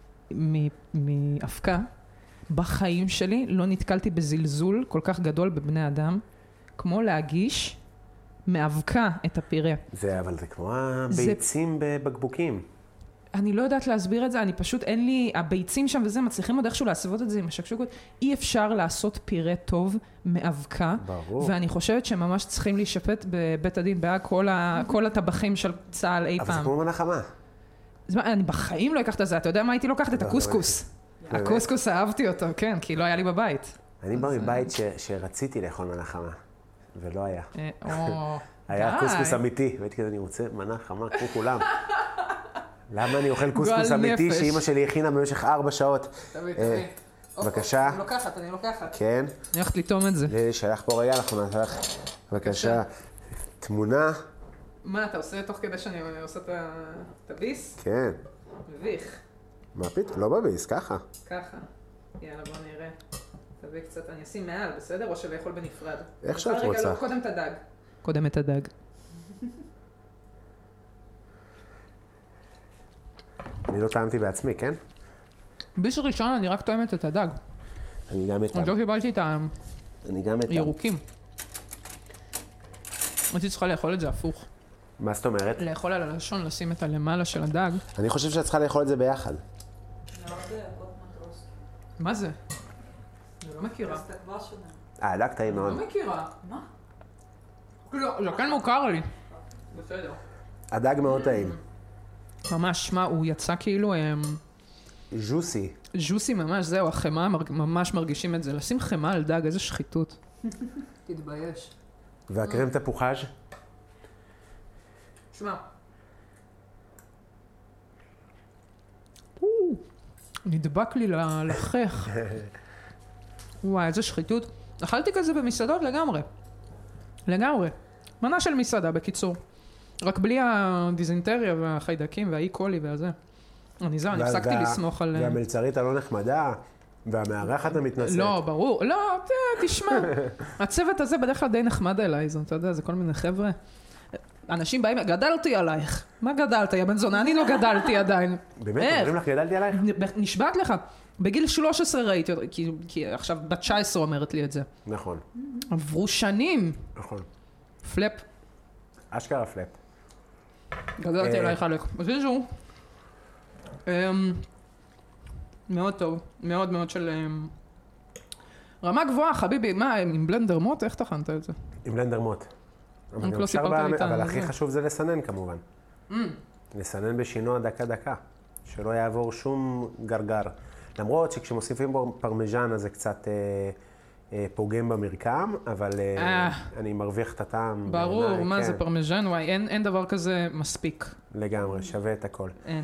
מאבקה. בחיים שלי לא נתקלתי בזלזול כל כך גדול בבני אדם, כמו להגיש מאבקה את הפירה. אבל זה כמו הביצים בבקבוקים. אני לא יודעת להסביר את זה, אני פשוט, אין לי, הביצים שם וזה, מצליחים עוד איכשהו להסוות את זה עם השקשוקות. אי אפשר לעשות פירה טוב מאבקה. ברור. ואני חושבת שממש צריכים להישפט בבית הדין, בהג כל הטבחים של צה"ל אי פעם. אבל זה כמו מנה חמה. אני בחיים לא אקחת את זה, אתה יודע מה הייתי לוקחת? את הקוסקוס. הקוסקוס אהבתי אותו, כן, כי לא היה לי בבית. אני בא מבית שרציתי לאכול מנה חמה, ולא היה. היה די. קוסקוס אמיתי, והייתי כזה, אני רוצה מנה חמה כמו כולם. למה אני אוכל קוסקוס אמיתי שאימא שלי הכינה במשך 4 שעות? תביא. בבקשה. אני לוקחת. כן. אני הולכת לטעום את זה. שלח פה רגע, אנחנו נעשה לך. בבקשה. תמונה. מה, אתה עושה תוך כדי שאני עושה את הביס? כן. מביך. מה פתאום? לא בביס, ככה. ככה. יאללה, בוא נראה. תביא קצת, אני אשים מעל, בסדר? או שלאכול בנפרד? איך שאת רוצה. רגע, לא, קודם את הדג. קודם את הדג. אני לא טעמתי בעצמי, כן? ביס ראשון אני רק טועמת את הדג. אני גם אטעם. עוד לא קיבלתי את אני גם אטעם. הירוקים. הייתי צריכה לאכול את זה הפוך. מה זאת אומרת? לאכול על הלשון, לשים את הלמעלה של הדג. אני חושב שאת צריכה לאכול את זה ביחד. מה זה? אני לא מכירה. הדג טעים מאוד. לא מכירה. מה? לא, זה כן מוכר לי. בסדר. הדג מאוד טעים. ממש, מה, הוא יצא כאילו... ז'וסי. ז'וסי ממש, זהו, החמאה ממש מרגישים את זה. לשים חמאה על דג, איזה שחיתות. תתבייש. והקרם תפוחז'? שמע. נדבק לי לחך. וואי, איזה שחיתות. אכלתי כזה במסעדות לגמרי. לגמרי. מנה של מסעדה, בקיצור. רק בלי הדיזנטריה והחיידקים והאי-קולי והזה. אני הפסקתי לסמוך על... והמלצרית הלא נחמדה, והמארחת המתנשאת. לא, ברור. לא, תשמע. הצוות הזה בדרך כלל די נחמד אליי, אתה יודע, זה כל מיני חבר'ה. אנשים באים, גדלתי עלייך. מה גדלת, יא בן זונה? אני לא גדלתי עדיין. באמת? אומרים לך גדלתי עלייך? נשבעת לך. בגיל 13 ראיתי אותו, כי עכשיו בת 19 אומרת לי את זה. נכון. עברו שנים. נכון. פלאפ. אשכרה פלאפ. גדלתי עלייך עליך. בקיצור, מאוד טוב. מאוד מאוד של... רמה גבוהה, חביבי. מה, עם בלנדר מוט? איך תכנת את זה? עם בלנדר מוט. אבל הכי חשוב זה לסנן כמובן. לסנן בשינוע דקה. שלא יעבור שום גרגר. למרות שכשמוסיפים בו פרמיז'ן אז זה קצת פוגם במרקם, אבל אני מרוויח את הטעם. ברור, מה זה פרמיז'ן? וואי, אין דבר כזה מספיק. לגמרי, שווה את הכל. אין.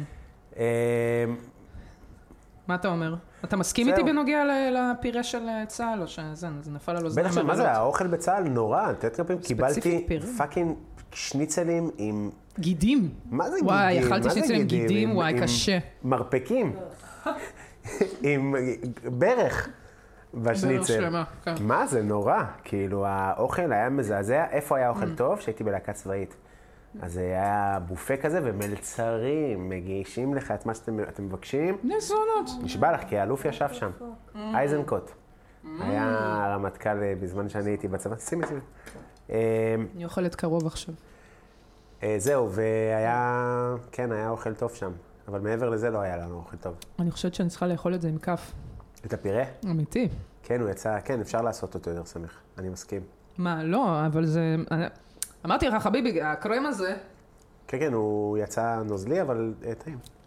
מה אתה אומר? אתה מסכים איתי בנוגע לפירה של צה"ל, או שזה נפל על אוזניים? בטח, מה זה, האוכל בצה"ל נורא. תת כפים, קיבלתי פאקינג שניצלים עם... גידים. מה זה גידים? וואי, אכלתי שניצלים עם גידים, וואי, קשה. מרפקים. עם ברך בשניצל. ברך שלמה, כן. מה זה, נורא. כאילו, האוכל היה מזעזע. איפה היה אוכל טוב? שהייתי בלהקה צבאית. אז היה בופה כזה, ומלצרים מגישים לך את מה שאתם מבקשים. נזונות. נשבע לך, כי האלוף ישב שם. אייזנקוט. היה הרמטכ"ל בזמן שאני הייתי בצבא. שימי. אני אוכלת קרוב עכשיו. זהו, והיה, כן, היה אוכל טוב שם. אבל מעבר לזה לא היה לנו אוכל טוב. אני חושבת שאני צריכה לאכול את זה עם כף. את הפירה? אמיתי. כן, הוא יצא, כן, אפשר לעשות אותו יותר שמח. אני מסכים. מה, לא, אבל זה... אמרתי לך, חביבי, הקרם הזה... כן, הוא יצא נוזלי, אבל טעים.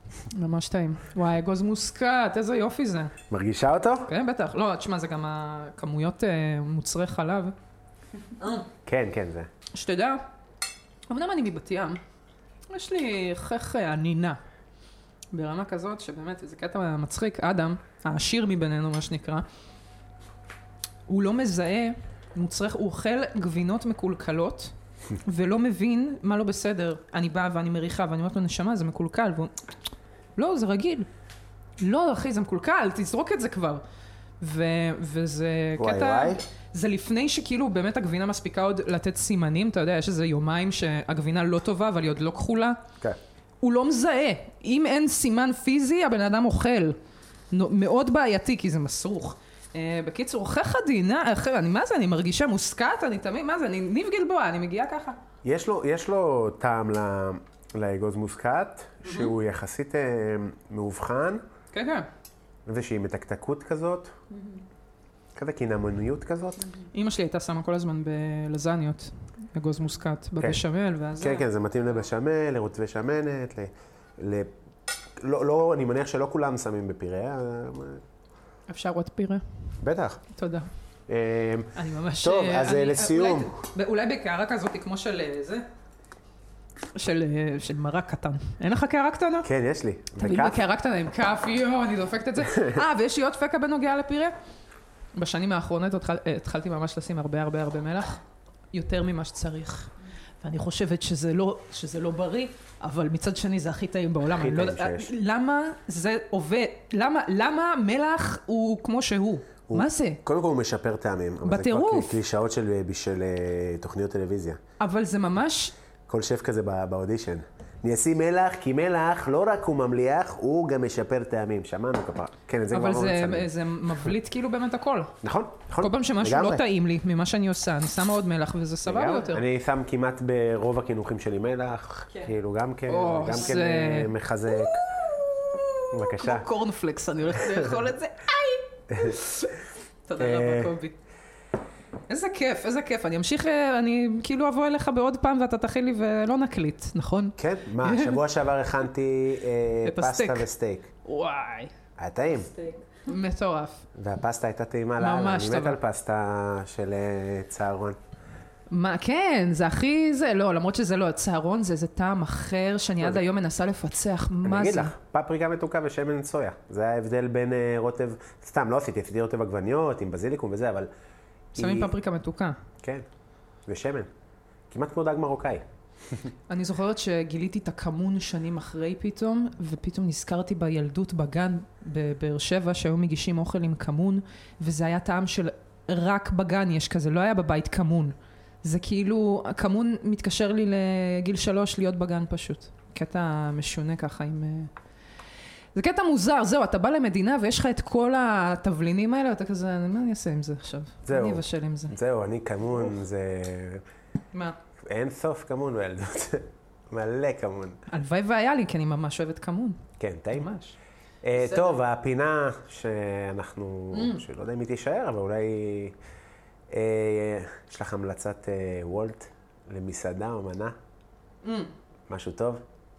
ממש טעים. וואי, אגוז מוסקת, איזה יופי זה. מרגישה אותו? כן, בטח. לא, תשמע, זה גם הכמויות מוצרי חלב. כן, כן, זה. שתדע, אמנם אני מבת ים, יש לי חך ענינה. ברמה כזאת, שבאמת, זה קטע מצחיק, אדם, העשיר מבינינו, מה שנקרא, הוא לא מזהה מוצרך, הוא אוכל גבינות מקולקלות, ולא מבין מה לא בסדר. אני באה ואני מריחה, ואני אומרת לו, נשמה, זה מקולקל, והוא, לא, זה רגיל. לא, אחי, זה מקולקל, תזרוק את זה כבר. וזה קטע, זה לפני שכאילו באמת הגבינה מספיקה עוד לתת סימנים, אתה יודע, יש איזה יומיים שהגבינה לא טובה, אבל היא עוד לא כחולה. כן. הוא לא מזהה. אם אין סימן פיזי, הבן אדם אוכל. מאוד בעייתי, כי זה מסרוך. בקיצור, חך עדינה, מה זה, אני מרגישה מוסקת, אני תמיד, מה זה, אני ניב גלבוע, אני מגיעה ככה. יש לו טעם לאגוז מוסקת, שהוא יחסית מאובחן. כן, כן. איזושהי מתקתקות כזאת, כזה קינמוניות כזאת. אמא שלי הייתה שמה כל הזמן בלזניות, אגוז מוסקת, בבשמל, ואז... כן, כן, זה מתאים לבשמל, לרוצבי שמנת, לא, אני מניח שלא כולם שמים בפירה. אפשר עוד פירה? בטח. תודה. אני ממש... טוב, אז לסיום. אולי בקערה כזאת, כמו של זה? של מרק קטן. אין לך קערה קטנה? כן, יש לי. תמיד בקערה קטנה עם כף, אני דופקת את זה. ויש לי עוד פקה בנוגע לפירה. בשנים האחרונות התחלתי ממש לשים הרבה מלח, יותר ממה שצריך. ואני חושבת שזה לא בריא, אבל מצד שני זה הכי טעים בעולם. הכי טעים שיש. למה זה עובד? למה מלח הוא כמו שהוא? מה זה? קודם כל הוא משפר טעמים. בטירוף. זה כבר קלישאות של תוכניות טלוויזיה. אבל זה ממש... כל שף כזה באודישן. אני אשים מלח, כי מלח לא רק הוא ממליח, הוא גם משפר טעמים. שמענו כפרה. כן, את זה כבר לא מצלם. אבל זה מבליט כאילו באמת הכל. נכון. כל פעם שמשהו לא טעים לי ממה שאני עושה, אני שמה עוד מלח וזה סבבה יותר. אני שם כמעט ברוב הכינוכים שלי מלח, כאילו גם כן מחזק. בבקשה. כמו קורנפלקס, אני הולכת לאכול את זה. תודה רבה, קובי. איזה כיף. אני אמשיך, אני כאילו אבוא אליך בעוד פעם ואתה תכין לי ולא נקליט, נכון? כן, מה, שבוע שעבר הכנתי פסטה וסטייק. וואי. היה טעים. מטורף. והפסטה הייתה טעימה לאללה. ממש טוב. אני מת על פסטה של צהרון. מה, כן, זה הכי זה, לא, למרות שזה לא הצהרון, זה טעם אחר שאני עד היום מנסה לפצח, מה זה? אני אגיד לך, פפריקה מתוקה ושמן סויה. זה ההבדל בין רוטב, סתם, לא עשיתי רוטב עגבניות עם בזיליקום וזה, אבל... שמים פפריקה מתוקה. כן, ושמן. כמעט כמו דג מרוקאי. אני זוכרת שגיליתי את הכמון שנים אחרי פתאום, ופתאום נזכרתי בילדות בגן בבאר שבע, שהיו מגישים אוכל עם כמון, וזה היה טעם של רק בגן יש כזה, לא היה בבית כמון. זה כאילו, הכמון מתקשר לי לגיל 3 להיות בגן פשוט. קטע משונה ככה עם... זה קטע מוזר, זהו, אתה בא למדינה ויש לך את כל התבלינים האלה, ואתה כזה, מה אני אעשה עם זה עכשיו? זהו. אני אבשל עם זה. זהו, אני כמון, זה... מה? אין סוף כמון בילדות. מלא כמון. הלוואי והיה לי, כי אני ממש אוהבת כמון. כן, טעים. ממש. טוב, הפינה שאנחנו, שלא יודע אם היא תישאר, אבל אולי יש לך המלצת וולט למסעדה או מנה? משהו טוב?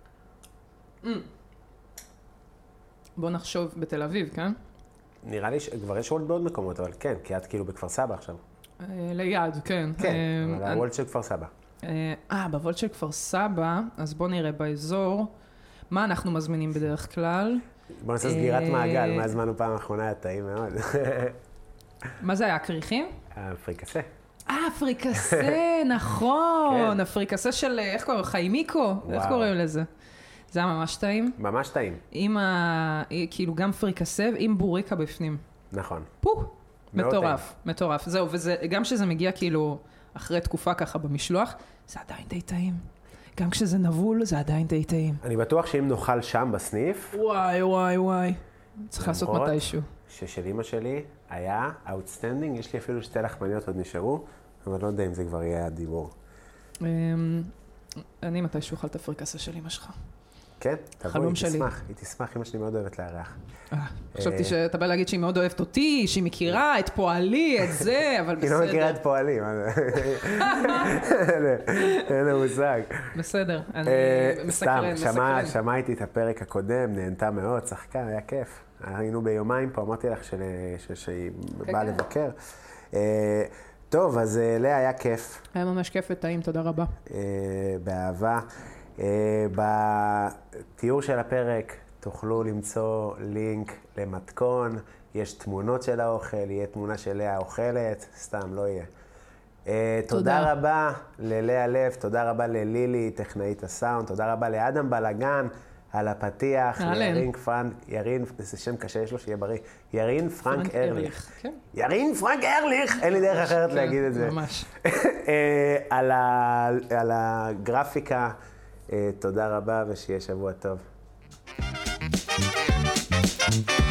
בוא נחשוב בתל אביב, כן? נראה לי שכבר יש וולט בעוד מקומות, אבל כן, כי את כאילו בכפר סבא עכשיו. ליד, כן. כן, אבל הוולט של כפר סבא. בוולט של כפר סבא, אז בוא נראה באזור. מה אנחנו מזמינים בדרך כלל? בוא נעשה סגירת מעגל, מה הזמנו פעם האחרונה, היה טעים מאוד. מה זה היה, קריחים? הפריקסה. הפריקסה, נכון. הפריקסה של, איך קוראים? חיימיקו? איך קוראים לזה? זה היה ממש טעים. ממש טעים. כאילו גם פריקסה עם בוריקה בפנים. נכון. מטורף. זהו, וגם כשזה מגיע כאילו אחרי תקופה ככה במשלוח, זה עדיין די טעים. גם כשזה נבול, זה עדיין די טעים. אני בטוח שאם נאכל שם בסניף... וואי. צריך לעשות מתישהו. ששל אמא שלי היה outstanding, יש לי אפילו 2 לחמניות עוד נשארו, אבל לא יודע אם זה כבר יהיה הדיבור. אני מתישהו אוכל את הפריקסה של אמא שלך. כן, תבואי, היא תשמח, אמא שלי מאוד אוהבת לארח. חשבתי שאתה בא להגיד שהיא מאוד אוהבת אותי, שהיא מכירה את פועלי, את זה, אבל בסדר. היא לא מכירה את פועלי, מה זה? אין לו מושג. בסדר, אני מסקרן. סתם, שמעתי את הפרק הקודם, נהנתה מאוד, צחקה, היה כיף. היינו ביומיים פה, אמרתי לך שהיא באה לבקר. טוב, אז לאה, היה כיף. היה ממש כיף וטעים, תודה רבה. באהבה. בתיאור של הפרק תוכלו למצוא לינק למתכון, יש תמונות של האוכל, יהיה תמונה של לאה אוכלת, סתם, לא יהיה. תודה רבה ללאה לב, תודה רבה ללילי, טכנאית הסאונד, תודה רבה לאדם בלגן על הפתיח, ירין, זה שם קשה, יש לו שיהיה בריא, ירין פרנק ארליך. ירין פרנק ארליך, אין לי דרך אחרת להגיד את זה. ממש. על הגרפיקה, תודה רבה ושיהיה שבוע טוב.